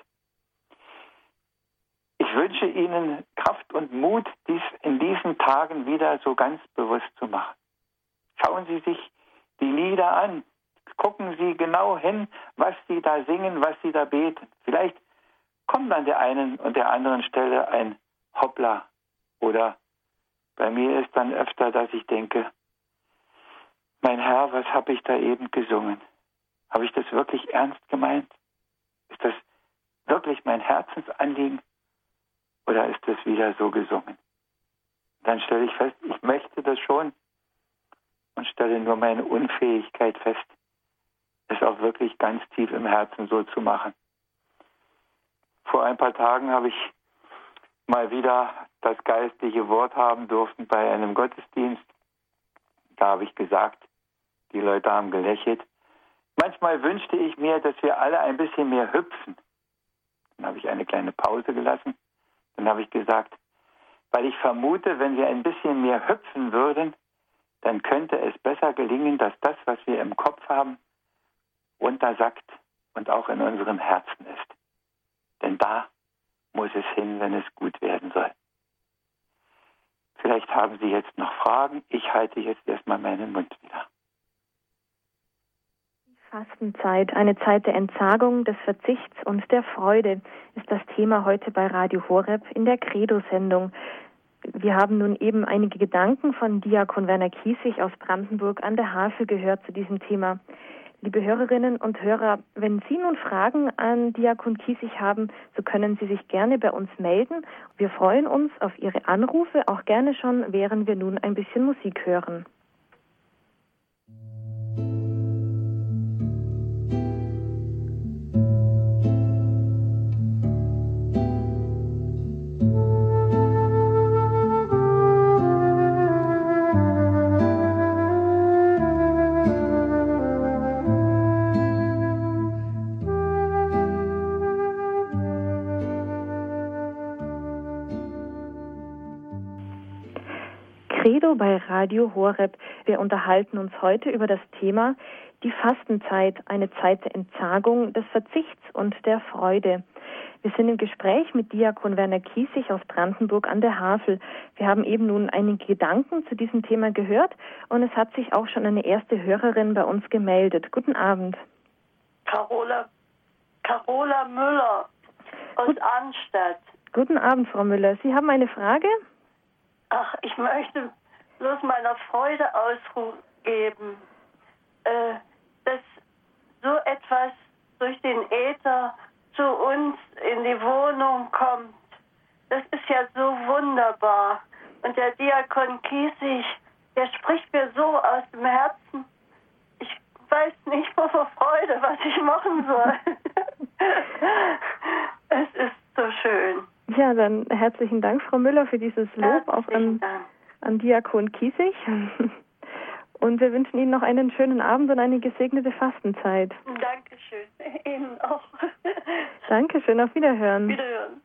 [SPEAKER 2] Ich wünsche Ihnen Kraft und Mut, dies in diesen Tagen wieder so ganz bewusst zu machen. Schauen Sie sich die Lieder an. Gucken Sie genau hin, was Sie da singen, was Sie da beten. Vielleicht kommt an der einen und der anderen Stelle ein Hoppla. Oder bei mir ist dann öfter, dass ich denke, mein Herr, was habe ich da eben gesungen? Habe ich das wirklich ernst gemeint? Ist das wirklich mein Herzensanliegen? Oder ist das wieder so gesungen? Dann stelle ich fest, ich möchte das schon und stelle nur meine Unfähigkeit fest, es auch wirklich ganz tief im Herzen so zu machen. Vor ein paar Tagen habe ich mal wieder das geistliche Wort haben durften bei einem Gottesdienst. Da habe ich gesagt, die Leute haben gelächelt. Manchmal wünschte ich mir, dass wir alle ein bisschen mehr hüpfen. Dann habe ich eine kleine Pause gelassen. Dann habe ich gesagt, weil ich vermute, wenn wir ein bisschen mehr hüpfen würden, dann könnte es besser gelingen, dass das, was wir im Kopf haben, runtersackt und auch in unserem Herzen ist. Denn da muss es hin, wenn es gut werden soll. Vielleicht haben Sie jetzt noch Fragen. Ich halte jetzt erstmal meinen Mund wieder.
[SPEAKER 1] Fastenzeit, eine Zeit der Entsagung, des Verzichts und der Freude, ist das Thema heute bei Radio Horeb in der Credo-Sendung. Wir haben nun eben einige Gedanken von Diakon Werner Kiesig aus Brandenburg an der Havel gehört zu diesem Thema. Liebe Hörerinnen und Hörer, wenn Sie nun Fragen an Diakon Kiesig haben, so können Sie sich gerne bei uns melden. Wir freuen uns auf Ihre Anrufe, auch gerne schon, während wir nun ein bisschen Musik hören. Credo bei Radio Horeb. Wir unterhalten uns heute über das Thema die Fastenzeit, eine Zeit der Entsagung, des Verzichts und der Freude. Wir sind im Gespräch mit Diakon Werner Kiesig aus Brandenburg an der Havel. Wir haben eben nun einige Gedanken zu diesem Thema gehört und es hat sich auch schon eine erste Hörerin bei uns gemeldet. Guten Abend.
[SPEAKER 3] Carola, Carola Müller aus Gut. Arnstadt.
[SPEAKER 1] Guten Abend, Frau Müller. Sie haben eine Frage?
[SPEAKER 3] Ach, ich möchte bloß meiner Freude Ausdruck geben, äh, dass so etwas durch den Äther zu uns in die Wohnung kommt. Das ist ja so wunderbar. Und der Diakon Kiesig, der spricht mir so aus dem Herzen. Ich weiß nicht vor Freude, was ich machen soll. Es ist so schön.
[SPEAKER 1] Ja, dann herzlichen Dank, Frau Müller, für dieses Lob auch an, an Diakon Kiesig. Und wir wünschen Ihnen noch einen schönen Abend und eine gesegnete Fastenzeit.
[SPEAKER 3] Dankeschön. Ihnen auch.
[SPEAKER 1] Dankeschön. Auf Wiederhören.
[SPEAKER 3] Wiederhören.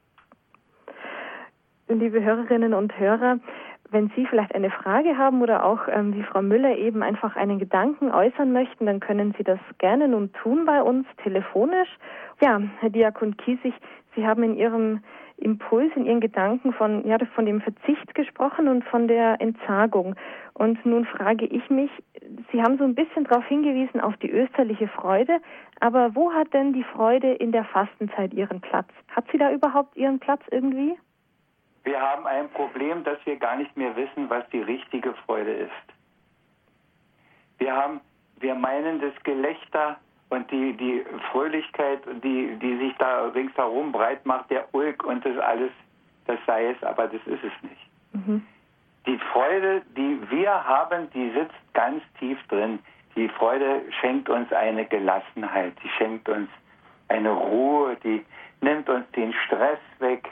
[SPEAKER 1] Liebe Hörerinnen und Hörer, wenn Sie vielleicht eine Frage haben oder auch ähm, wie Frau Müller eben einfach einen Gedanken äußern möchten, dann können Sie das gerne nun tun bei uns telefonisch. Ja, Herr Diakon Kiesig, Sie haben in Ihrem Impuls, in Ihren Gedanken von, ja, von dem Verzicht gesprochen und von der Entsagung. Und nun frage ich mich, Sie haben so ein bisschen darauf hingewiesen, auf die österliche Freude, aber wo hat denn die Freude in der Fastenzeit ihren Platz? Hat sie da überhaupt ihren Platz irgendwie?
[SPEAKER 2] Wir haben ein Problem, dass wir gar nicht mehr wissen, was die richtige Freude ist. Wir haben, wir meinen das Gelächter und die, die Fröhlichkeit, die, die sich da ringsherum breit macht, der Ulk und das alles, das sei es, aber das ist es nicht. Mhm. Die Freude, die wir haben, die sitzt ganz tief drin. Die Freude schenkt uns eine Gelassenheit, die schenkt uns eine Ruhe, die nimmt uns den Stress weg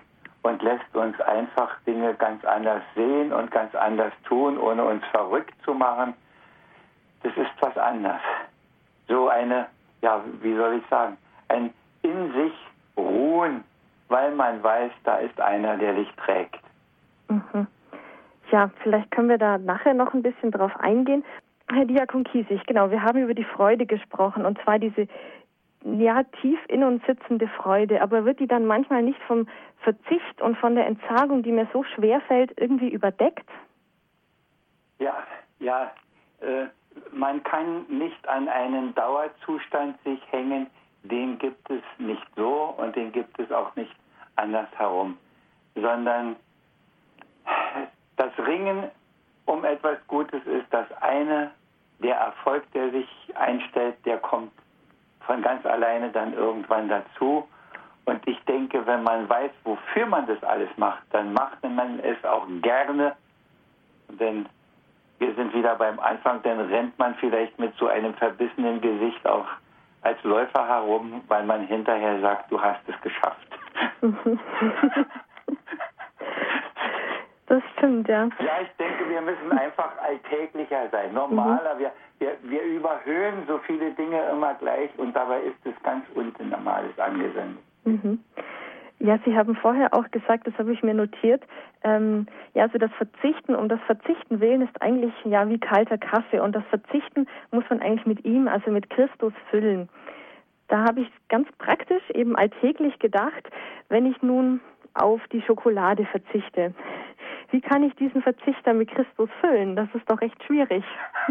[SPEAKER 2] und lässt uns einfach Dinge ganz anders sehen und ganz anders tun, ohne uns verrückt zu machen. Das ist was anderes. So eine, ja, wie soll ich sagen, ein in sich ruhen, weil man weiß, da ist einer, der dich trägt.
[SPEAKER 1] Mhm. Ja, vielleicht können wir da nachher noch ein bisschen drauf eingehen. Herr Diakon Kiesig, genau, wir haben über die Freude gesprochen, und zwar diese, ja, tief in uns sitzende Freude, aber wird die dann manchmal nicht vom Verzicht und von der Entsagung, die mir so schwer fällt, irgendwie überdeckt?
[SPEAKER 2] Ja, ja, äh, man kann nicht an einen Dauerzustand sich hängen, den gibt es nicht so und den gibt es auch nicht andersherum, sondern das Ringen um etwas Gutes ist das eine, der Erfolg, der sich einstellt, der kommt von ganz alleine dann irgendwann dazu. Und ich denke, wenn man weiß, wofür man das alles macht, dann macht man es auch gerne. Denn wir sind wieder beim Anfang, dann rennt man vielleicht mit so einem verbissenen Gesicht auch als Läufer herum, weil man hinterher sagt, du hast es geschafft.
[SPEAKER 1] Das stimmt, ja.
[SPEAKER 2] Ja, ich denke, wir müssen einfach alltäglicher sein, normaler. Mhm. Wir, wir, wir überhöhen so viele Dinge immer gleich und dabei ist es ganz Unnormales angesendet.
[SPEAKER 1] Mhm. Ja, Sie haben vorher auch gesagt, das habe ich mir notiert, ähm, ja, also das Verzichten um das Verzichten willen ist eigentlich ja wie kalter Kaffee, und das Verzichten muss man eigentlich mit ihm, also mit Christus, füllen. Da habe ich ganz praktisch eben alltäglich gedacht, wenn ich nun auf die Schokolade verzichte, wie kann ich diesen Verzicht dann mit Christus füllen? Das ist doch echt schwierig.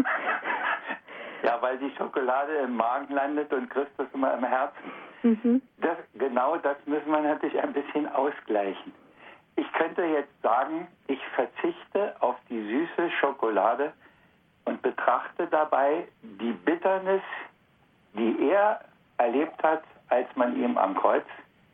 [SPEAKER 2] Ja, weil die Schokolade im Magen landet und Christus immer im Herzen. Mhm. Das, genau das müssen wir natürlich ein bisschen ausgleichen. Ich könnte jetzt sagen, ich verzichte auf die süße Schokolade und betrachte dabei die Bitternis, die er erlebt hat, als man ihm am Kreuz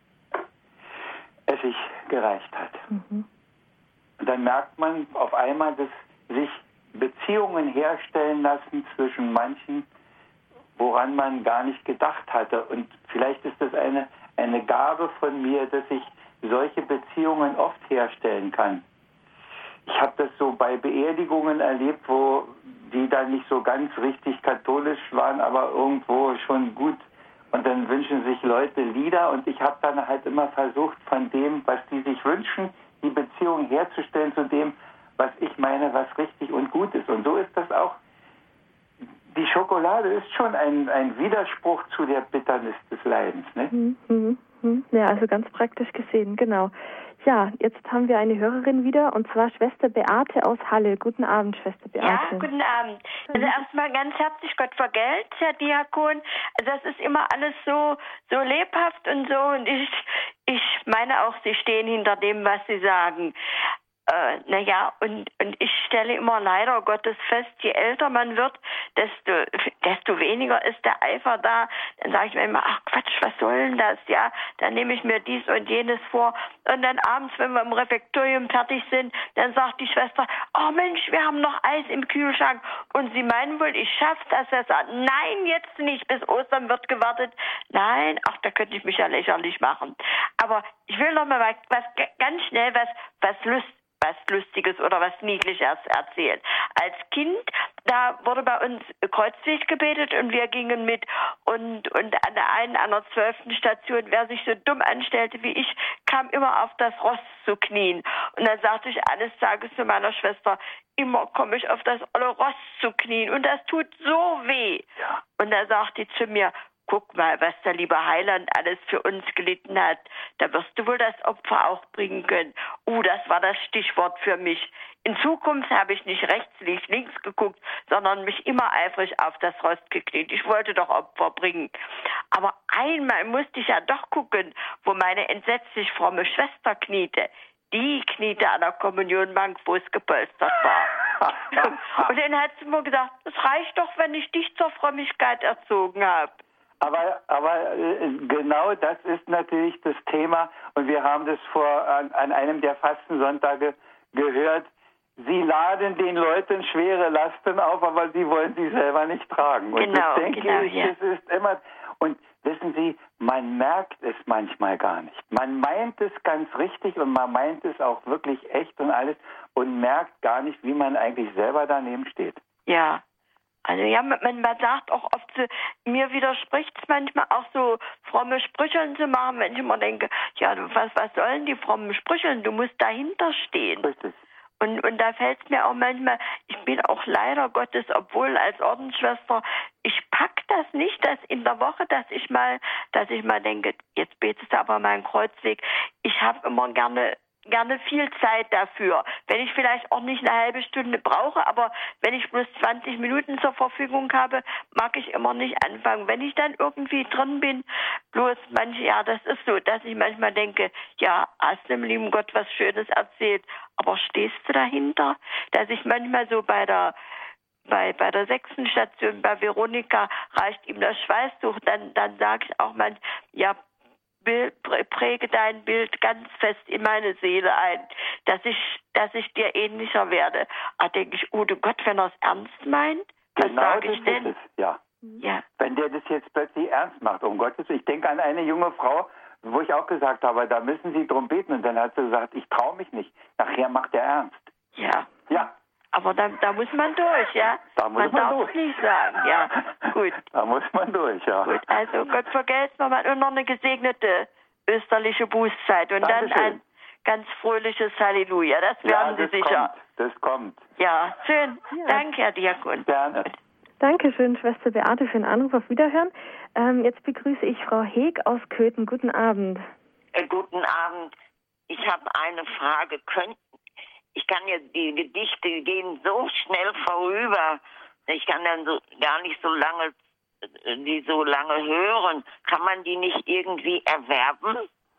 [SPEAKER 2] Essig gereicht hat. Mhm. Und dann merkt man auf einmal, dass sich Beziehungen herstellen lassen zwischen manchen, woran man gar nicht gedacht hatte. Und vielleicht ist das eine, eine Gabe von mir, dass ich solche Beziehungen oft herstellen kann. Ich habe das so bei Beerdigungen erlebt, wo die dann nicht so ganz richtig katholisch waren, aber irgendwo schon gut. Und dann wünschen sich Leute Lieder und ich habe dann halt immer versucht, von dem, was die sich wünschen, die Beziehung herzustellen zu dem, was ich meine, was richtig und gut ist. Und so ist das auch. Die Schokolade ist schon ein, ein Widerspruch zu der Bitternis des Leidens. Ne?
[SPEAKER 1] Mhm, mhm. Ja, also ganz praktisch gesehen, genau. Ja, jetzt haben wir eine Hörerin wieder, und zwar Schwester Beate aus Halle. Guten Abend, Schwester Beate.
[SPEAKER 4] Ja, guten Abend. Also erstmal ganz herzlich Gott vergelt, Herr Diakon. Das ist immer alles so so lebhaft und so, und ich ich meine auch, Sie stehen hinter dem, was Sie sagen. Äh, naja, und, und ich stelle immer leider Gottes fest, je älter man wird, desto, desto weniger ist der Eifer da. Dann sage ich mir immer, ach Quatsch, was soll denn das? Ja, dann nehme ich mir dies und jenes vor. Und dann abends, wenn wir im Refektorium fertig sind, dann sagt die Schwester, oh Mensch, wir haben noch Eis im Kühlschrank. Und Sie meinen wohl, ich schaffe das? Er sagt, nein, jetzt nicht, bis Ostern wird gewartet. Nein, ach, da könnte ich mich ja lächerlich machen. Aber ich will noch mal was, ganz schnell was, was lustig was Lustiges oder was Niedliches erzählen. Als Kind, da wurde bei uns Kreuzweg gebetet und wir gingen mit, und, und an der einen, an der zwölften Station, wer sich so dumm anstellte wie ich, kam immer auf das Ross zu knien. Und dann sagte ich eines Tages zu meiner Schwester, immer komme ich auf das olle Ross zu knien und das tut so weh. Und dann sagte sie zu mir, guck mal, was der liebe Heiland alles für uns gelitten hat. Da wirst du wohl das Opfer auch bringen können. Uh, das war das Stichwort für mich. In Zukunft habe ich nicht rechts, nicht links geguckt, sondern mich immer eifrig auf das Rost gekniet. Ich wollte doch Opfer bringen. Aber einmal musste ich ja doch gucken, wo meine entsetzlich fromme Schwester kniete. Die kniete an der Kommunionbank, wo es gepolstert war. Und dann hat sie mir gesagt, es reicht doch, wenn ich dich zur Frömmigkeit erzogen habe.
[SPEAKER 2] Aber, aber äh, genau das ist natürlich das Thema, und wir haben das vor an, an einem der Fastensonntage gehört. Sie laden den Leuten schwere Lasten auf, aber sie wollen sie selber nicht tragen. Und
[SPEAKER 4] genau,
[SPEAKER 2] das denke
[SPEAKER 4] genau,
[SPEAKER 2] ich,
[SPEAKER 4] ja.
[SPEAKER 2] das ist immer, Und wissen Sie, man merkt es manchmal gar nicht. Man meint es ganz richtig und man meint es auch wirklich echt und alles und merkt gar nicht, wie man eigentlich selber daneben steht.
[SPEAKER 4] Ja. Also ja, man, man sagt auch oft, so, mir widerspricht es manchmal auch so fromme Sprüche zu machen, wenn ich immer denke, ja, was, was sollen die frommen Sprüche? Du musst dahinter stehen.
[SPEAKER 2] Richtig.
[SPEAKER 4] Und, und da fällt es mir auch manchmal, ich bin auch leider Gottes, obwohl als Ordensschwester, ich pack das nicht, dass in der Woche, dass ich mal, dass ich mal denke, jetzt betest du aber mal einen Kreuzweg. Ich habe immer gerne gerne viel Zeit dafür. Wenn ich vielleicht auch nicht eine halbe Stunde brauche, aber wenn ich bloß zwanzig Minuten zur Verfügung habe, mag ich immer nicht anfangen. Wenn ich dann irgendwie drin bin, bloß manche, ja, das ist so, dass ich manchmal denke, ja, hast dem lieben Gott was Schönes erzählt, aber stehst du dahinter? Dass ich manchmal so bei der Bei, bei der sechsten Station, bei Veronika, reicht ihm das Schweißtuch, dann, dann sage ich auch manchmal, ja, Bild, präge dein Bild ganz fest in meine Seele ein, dass ich, dass ich dir ähnlicher werde. Da denke ich, oh du Gott, wenn er es ernst meint, was
[SPEAKER 2] genau
[SPEAKER 4] sage ich denn?
[SPEAKER 2] Es, ja.
[SPEAKER 4] Ja.
[SPEAKER 2] Wenn der das jetzt plötzlich ernst macht, um Gottes Willen. Ich denke an eine junge Frau, wo ich auch gesagt habe, da müssen Sie drum beten. Und dann hat sie gesagt, ich traue mich nicht. Nachher macht er ernst.
[SPEAKER 4] Ja.
[SPEAKER 2] Ja.
[SPEAKER 4] Aber da, da muss man durch, ja?
[SPEAKER 2] Da muss
[SPEAKER 4] man
[SPEAKER 2] man
[SPEAKER 4] darf
[SPEAKER 2] durch.
[SPEAKER 4] es nicht sagen, ja. Gut.
[SPEAKER 2] Da muss man durch, ja.
[SPEAKER 4] Gut, also Gott vergelt's nochmal und noch eine gesegnete österliche Bußzeit und
[SPEAKER 2] Dankeschön.
[SPEAKER 4] Dann ein ganz fröhliches Halleluja. Das werden
[SPEAKER 2] ja,
[SPEAKER 4] Sie
[SPEAKER 2] das
[SPEAKER 4] sicher.
[SPEAKER 2] Kommt, das kommt.
[SPEAKER 4] Ja, schön.
[SPEAKER 1] Ja.
[SPEAKER 4] Danke, Herr Diakon.
[SPEAKER 2] Gerne.
[SPEAKER 1] Dankeschön, Schwester Beate, für den Anruf. Auf Wiederhören. Ähm, jetzt begrüße ich Frau Heeg aus Köthen. Guten Abend.
[SPEAKER 5] Äh, guten Abend. Ich habe eine Frage. Könnt, ich kann ja, die Gedichte gehen so schnell vorüber. Ich kann dann so gar nicht so lange, die so lange hören. Kann man die nicht irgendwie erwerben?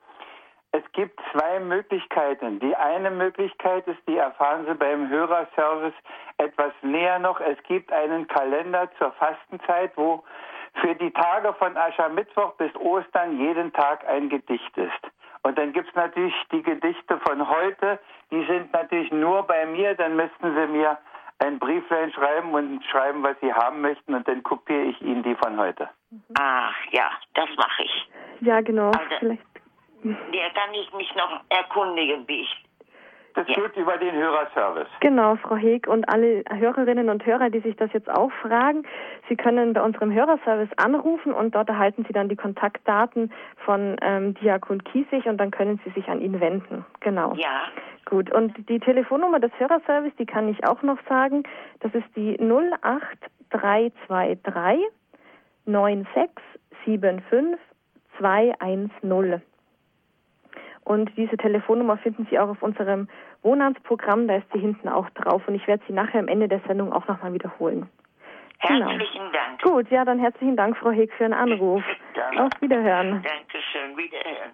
[SPEAKER 2] Es gibt zwei Möglichkeiten. Die eine Möglichkeit ist, die erfahren Sie beim Hörerservice etwas näher noch. Es gibt einen Kalender zur Fastenzeit, wo für die Tage von Aschermittwoch bis Ostern jeden Tag ein Gedicht ist. Und dann gibt es natürlich die Gedichte von heute, die sind natürlich nur bei mir, dann müssten Sie mir ein Brieflein schreiben und schreiben, was Sie haben möchten und dann kopiere ich Ihnen die von heute.
[SPEAKER 5] Ach ja, das mache ich.
[SPEAKER 1] Ja, genau.
[SPEAKER 5] Also,
[SPEAKER 1] Vielleicht.
[SPEAKER 5] Der kann ich mich noch erkundigen, wie ich...
[SPEAKER 2] Das
[SPEAKER 5] ja.
[SPEAKER 2] geht über den Hörerservice.
[SPEAKER 1] Genau, Frau Heeg und alle Hörerinnen und Hörer, die sich das jetzt auch fragen, Sie können bei unserem Hörerservice anrufen und dort erhalten Sie dann die Kontaktdaten von ähm, Diakon Kiesig und dann können Sie sich an ihn wenden. Genau.
[SPEAKER 5] Ja.
[SPEAKER 1] Gut, und die Telefonnummer des Hörerservice, die kann ich auch noch sagen, das ist die null acht drei zwei drei neun sechs sieben fünf zwei eins null. Und diese Telefonnummer finden Sie auch auf unserem Wohnarztprogramm, da ist sie hinten auch drauf und ich werde sie nachher am Ende der Sendung auch nochmal wiederholen.
[SPEAKER 5] Herzlichen
[SPEAKER 1] genau.
[SPEAKER 5] Dank.
[SPEAKER 1] Gut, ja, dann herzlichen Dank, Frau Heeg, für den Anruf.
[SPEAKER 2] Gerne.
[SPEAKER 1] Auf Wiederhören.
[SPEAKER 5] Dankeschön, wiederhören.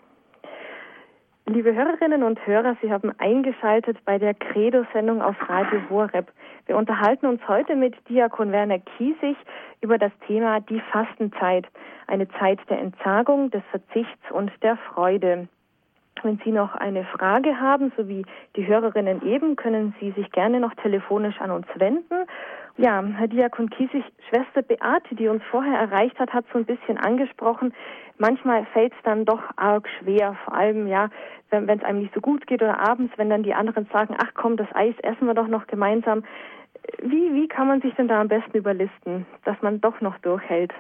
[SPEAKER 1] Liebe Hörerinnen und Hörer, Sie haben eingeschaltet bei der Credo-Sendung auf Radio Horeb. Wir unterhalten uns heute mit Diakon Werner Kiesig über das Thema die Fastenzeit, eine Zeit der Entsagung, des Verzichts und der Freude. Wenn Sie noch eine Frage haben, so wie die Hörerinnen eben, können Sie sich gerne noch telefonisch an uns wenden. Ja, Herr Diakon Kiesig, Schwester Beate, die uns vorher erreicht hat, hat so ein bisschen angesprochen, manchmal fällt es dann doch arg schwer, vor allem ja, wenn es einem nicht so gut geht oder abends, wenn dann die anderen sagen, ach komm, das Eis essen wir doch noch gemeinsam. Wie, wie kann man sich denn da am besten überlisten, dass man doch noch durchhält?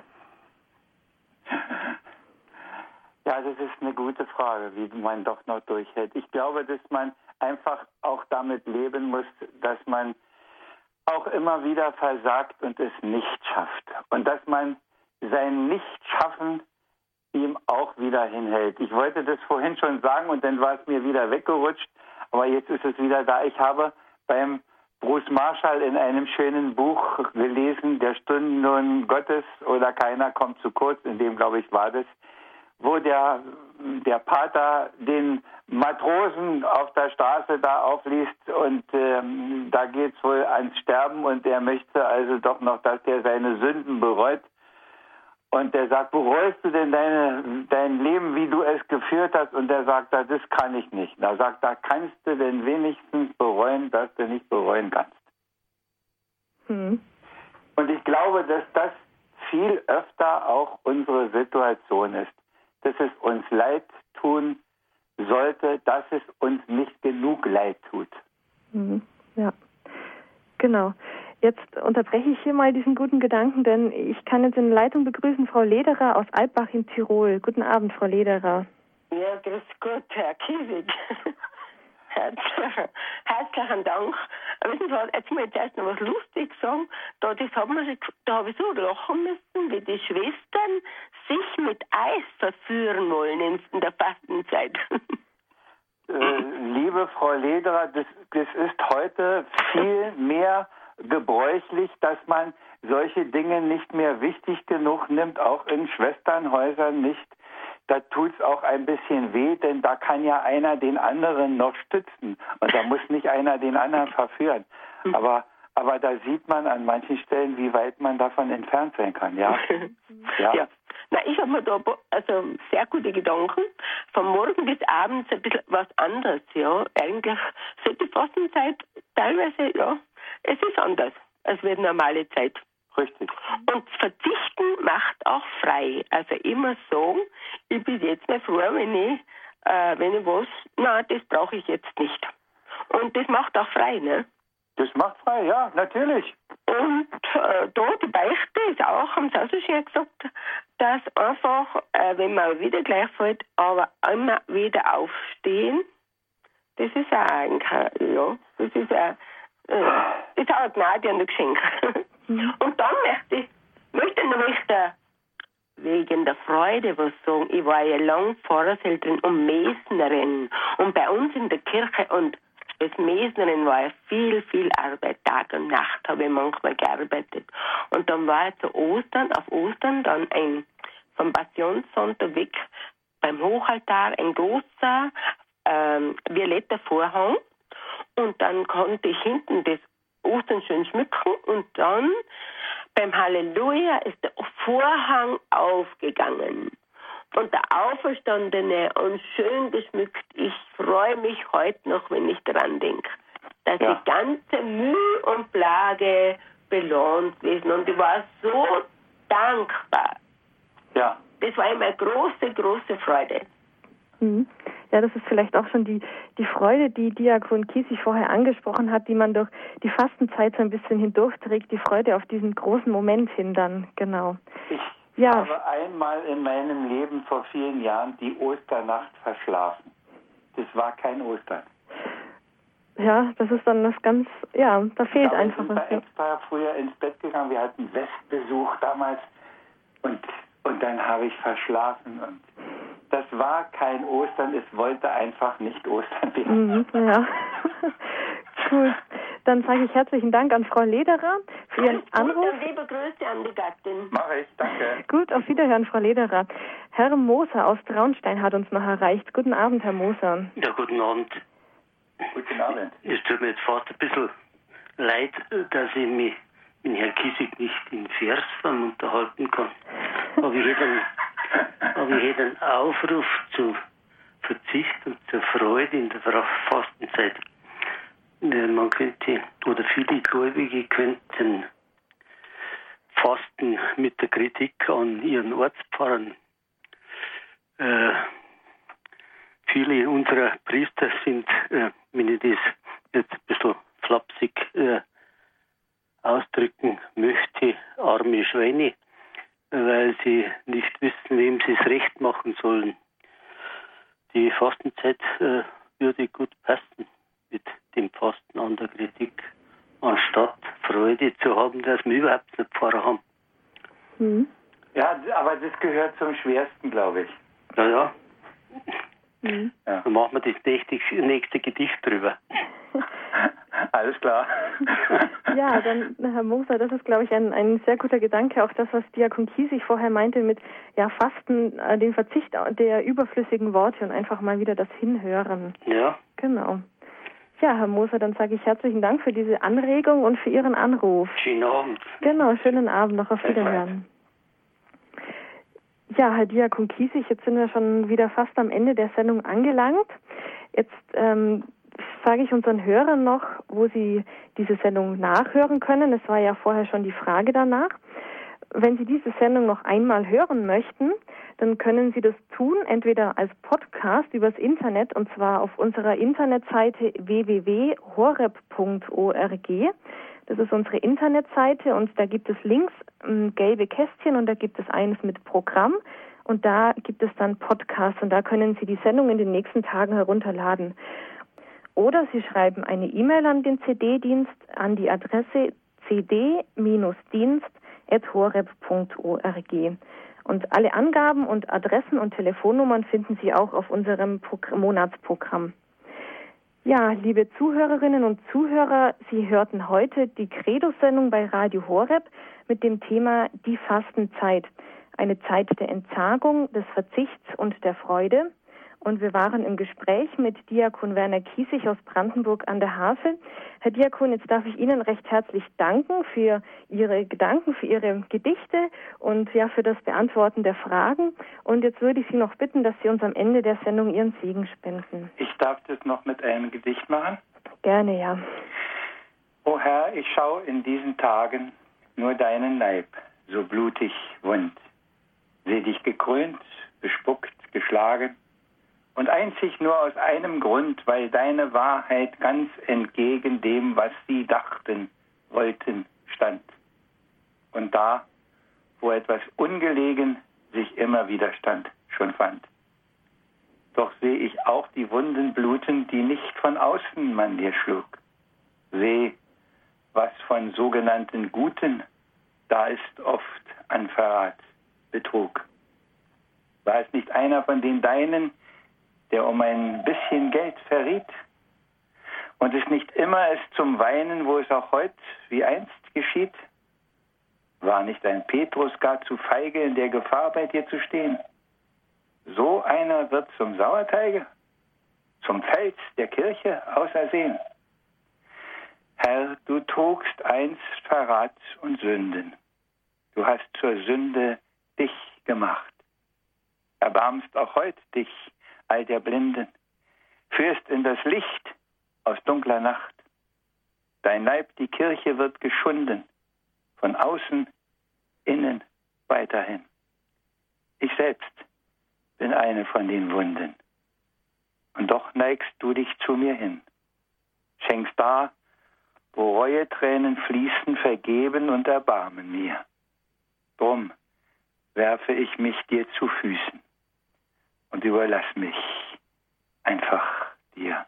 [SPEAKER 2] Ja, das ist eine gute Frage, wie man doch noch durchhält. Ich glaube, dass man einfach auch damit leben muss, dass man auch immer wieder versagt und es nicht schafft. Und dass man sein Nichtschaffen ihm auch wieder hinhält. Ich wollte das vorhin schon sagen und dann war es mir wieder weggerutscht, aber jetzt ist es wieder da. Ich habe beim Bruce Marshall in einem schönen Buch gelesen, der Stundenlohn Gottes oder keiner kommt zu kurz, in dem, glaube ich, war das, wo der, der Pater den Matrosen auf der Straße da aufliest und ähm, da geht es wohl ans Sterben und er möchte also doch noch, dass der seine Sünden bereut. Und der sagt, bereust du denn deine, dein Leben, wie du es geführt hast? Und der sagt, das kann ich nicht. Da sagt er, kannst du denn wenigstens bereuen, dass du nicht bereuen kannst?
[SPEAKER 1] Hm.
[SPEAKER 2] Und ich glaube, dass das viel öfter auch unsere Situation ist, dass es uns leid tun sollte, dass es uns nicht genug leid tut.
[SPEAKER 1] Mhm. Ja, genau. Jetzt unterbreche ich hier mal diesen guten Gedanken, denn ich kann jetzt in der Leitung begrüßen Frau Lederer aus Alpbach in Tirol. Guten Abend, Frau Lederer.
[SPEAKER 6] Ja, grüß Gott, Herr Kiesig. Herzlichen, herzlichen Dank. Wissen Sie was, jetzt muss ich erst noch was Lustiges sagen. Da, das hat man, da habe ich so lachen müssen, wie die Schwestern sich mit Eis verführen wollen in der Fastenzeit.
[SPEAKER 2] Äh, liebe Frau Lederer, das, das ist heute viel mehr gebräuchlich, dass man solche Dinge nicht mehr wichtig genug nimmt, auch in Schwesternhäusern nicht. Da tut es auch ein bisschen weh, denn da kann ja einer den anderen noch stützen und da muss nicht einer den anderen verführen. Aber, aber da sieht man an manchen Stellen, wie weit man davon entfernt sein kann. Ja. Ja.
[SPEAKER 6] Ja. Na, ich habe mir da also sehr gute Gedanken. Von morgen bis abends ein bisschen was anderes, ja. Eigentlich sollte die Fastenzeit teilweise, ja, es ist anders als wie normale Zeit.
[SPEAKER 2] Richtig.
[SPEAKER 6] Und Verzichten macht auch frei. Also immer sagen, ich bin jetzt mal froh, wenn ich, äh, wenn ich was, na, das brauche ich jetzt nicht. Und das macht auch frei, ne?
[SPEAKER 2] Das macht frei, ja, natürlich.
[SPEAKER 6] Und äh, da die Beichte ist auch, haben sie auch so schön gesagt, dass einfach, äh, wenn man wieder gleich fällt, aber immer wieder aufstehen, das ist auch eigentlich, ja, das ist auch, äh, das ist auch eine Gnade und ein Geschenk. Und dann möchte ich, möchte ich nämlich der, wegen der Freude was sagen. Ich war ja lang Pfarrershälterin und Mesnerin. Und bei uns in der Kirche und als Mesnerin war ja viel, viel Arbeit. Tag und Nacht habe ich manchmal gearbeitet. Und dann war ich zu Ostern, auf Ostern, dann ein, vom Passionssonntag weg beim Hochaltar ein großer ähm, violetter Vorhang. Und dann konnte ich hinten das Ostern schön schmücken und dann beim Halleluja ist der Vorhang aufgegangen und der Auferstandene und schön geschmückt. Ich freue mich heute noch, wenn ich dran denke, dass ja. die ganze Mühe und Plage belohnt gewesen und ich war so dankbar.
[SPEAKER 2] Ja.
[SPEAKER 6] Das war immer eine große, große Freude.
[SPEAKER 1] Mhm. Ja, das ist vielleicht auch schon die, die Freude, die Diakon Kiesig vorher angesprochen hat, die man durch die Fastenzeit so ein bisschen hindurchträgt, die Freude auf diesen großen Moment hin dann, genau.
[SPEAKER 2] Ich
[SPEAKER 1] ja.
[SPEAKER 2] habe einmal in meinem Leben vor vielen Jahren die Osternacht verschlafen. Das war kein Ostern.
[SPEAKER 1] Ja, das ist dann das ganz, ja, da fehlt
[SPEAKER 2] Aber
[SPEAKER 1] einfach
[SPEAKER 2] was.
[SPEAKER 1] was.
[SPEAKER 2] Ich bin extra früher ins Bett gegangen, wir hatten Westbesuch damals und, und dann habe ich verschlafen und das war kein Ostern, es wollte einfach nicht Ostern werden.
[SPEAKER 1] Mhm, ja. Gut, dann sage ich herzlichen Dank an Frau Lederer für Ihren Anruf.
[SPEAKER 6] Und liebe Grüße an die Gattin.
[SPEAKER 2] Mach ich, danke.
[SPEAKER 1] Gut, auf Wiederhören, Frau Lederer. Herr Moser aus Traunstein hat uns noch erreicht. Guten Abend, Herr Moser.
[SPEAKER 7] Ja, guten Abend.
[SPEAKER 2] Guten Abend.
[SPEAKER 7] Es tut mir jetzt fast ein bisschen leid, dass ich mich mit Herrn Kiesig nicht in Versform unterhalten kann. Aber ich hätte einen, aber ich hätte einen Aufruf zu Verzicht und zur Freude in der Fastenzeit. Man könnte, oder viele Gläubige könnten fasten mit der Kritik an ihren Ortspfarrern. Äh, viele unserer Priester sind, äh, wenn ich das jetzt ein bisschen flapsig äh, ausdrücken möchte, arme Schweine, weil sie nicht wissen, wem sie es recht machen sollen. Die Fastenzeit äh, würde gut passen mit dem Fasten an der Kritik, anstatt Freude zu haben, dass wir überhaupt einen Pfarrer haben.
[SPEAKER 1] Mhm.
[SPEAKER 2] Ja, aber das gehört zum Schwersten, glaube ich.
[SPEAKER 7] Ja, ja.
[SPEAKER 1] Mhm.
[SPEAKER 2] Ja.
[SPEAKER 7] Dann machen wir das nächste, nächste Gedicht drüber.
[SPEAKER 2] Alles klar.
[SPEAKER 1] Ja, dann, Herr Moser, das ist, glaube ich, ein, ein sehr guter Gedanke. Auch das, was Diakon Kiesig vorher meinte mit ja, Fasten, äh, den Verzicht der überflüssigen Worte und einfach mal wieder das Hinhören.
[SPEAKER 7] Ja.
[SPEAKER 1] Genau. Ja, Herr Moser, dann sage ich herzlichen Dank für diese Anregung und für Ihren Anruf.
[SPEAKER 7] Schönen Abend.
[SPEAKER 1] Genau, schönen Abend noch, auf Wiederhören. Ja, Herr Diakon Kiesig, jetzt sind wir schon wieder fast am Ende der Sendung angelangt. Jetzt ähm, sage ich unseren Hörern noch, wo sie diese Sendung nachhören können. Es war ja vorher schon die Frage danach. Wenn Sie diese Sendung noch einmal hören möchten, dann können Sie das tun, entweder als Podcast übers Internet, und zwar auf unserer Internetseite w w w punkt horeb punkt org. Das ist unsere Internetseite und da gibt es links ähm, gelbe Kästchen und da gibt es eines mit Programm und da gibt es dann Podcasts und da können Sie die Sendung in den nächsten Tagen herunterladen. Oder Sie schreiben eine E-Mail an den C D-Dienst an die Adresse c d Dienst at horeb punkt org. Und alle Angaben und Adressen und Telefonnummern finden Sie auch auf unserem Progr- Monatsprogramm. Ja, liebe Zuhörerinnen und Zuhörer, Sie hörten heute die Credo-Sendung bei Radio Horeb mit dem Thema Die Fastenzeit. Eine Zeit der Entsagung, des Verzichts und der Freude. Und wir waren im Gespräch mit Diakon Werner Kiesig aus Brandenburg an der Havel. Herr Diakon, jetzt darf ich Ihnen recht herzlich danken für Ihre Gedanken, für Ihre Gedichte und ja für das Beantworten der Fragen. Und jetzt würde ich Sie noch bitten, dass Sie uns am Ende der Sendung Ihren Segen spenden.
[SPEAKER 2] Ich darf das noch mit einem Gedicht machen?
[SPEAKER 1] Gerne, ja.
[SPEAKER 2] O Herr, ich schaue in diesen Tagen nur deinen Leib, so blutig wund. Seh dich gekrönt, bespuckt, geschlagen. Und einzig nur aus einem Grund, weil deine Wahrheit ganz entgegen dem, was sie dachten, wollten, stand. Und da, wo etwas ungelegen sich immer Widerstand schon fand. Doch sehe ich auch die Wunden bluten, die nicht von außen man dir schlug. Seh, was von sogenannten Guten da ist oft an Verrat, Betrug. War es nicht einer von den Deinen, der um ein bisschen Geld verriet? Und ist nicht immer es zum Weinen, wo es auch heut wie einst geschieht? War nicht ein Petrus gar zu feige, in der Gefahr bei dir zu stehen? So einer wird zum Sauerteige, zum Fels der Kirche ausersehen. Herr, du trugst einst Verrat und Sünden. Du hast zur Sünde dich gemacht. Erbarmst auch heut dich all der Blinden, führst in das Licht aus dunkler Nacht. Dein Leib, die Kirche, wird geschunden, von außen, innen, weiterhin. Ich selbst bin eine von den Wunden. Und doch neigst du dich zu mir hin, schenkst da, wo Reuetränen fließen, Vergeben und Erbarmen mir. Drum werfe ich mich dir zu Füßen und überlass mich einfach dir.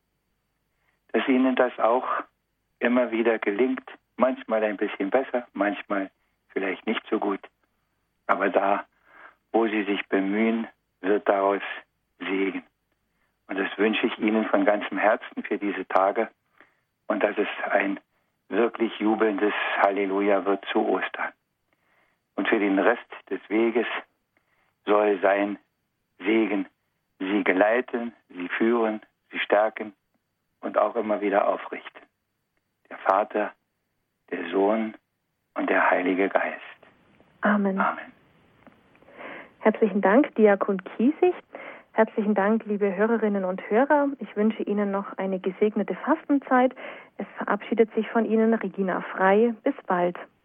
[SPEAKER 2] Dass ihnen das auch immer wieder gelingt, manchmal ein bisschen besser, manchmal vielleicht nicht so gut, aber da, wo sie sich bemühen, wird daraus Segen. Und das wünsche ich Ihnen von ganzem Herzen für diese Tage und dass es ein wirklich jubelndes Halleluja wird zu Ostern. Und für den Rest des Weges soll sein Segen sie geleiten, sie führen, sie stärken und auch immer wieder aufrichten. Der Vater, der Sohn und der Heilige Geist.
[SPEAKER 1] Amen.
[SPEAKER 2] Amen.
[SPEAKER 1] Herzlichen Dank, Diakon Kiesig. Herzlichen Dank, liebe Hörerinnen und Hörer. Ich wünsche Ihnen noch eine gesegnete Fastenzeit. Es verabschiedet sich von Ihnen Regina Frei. Bis bald.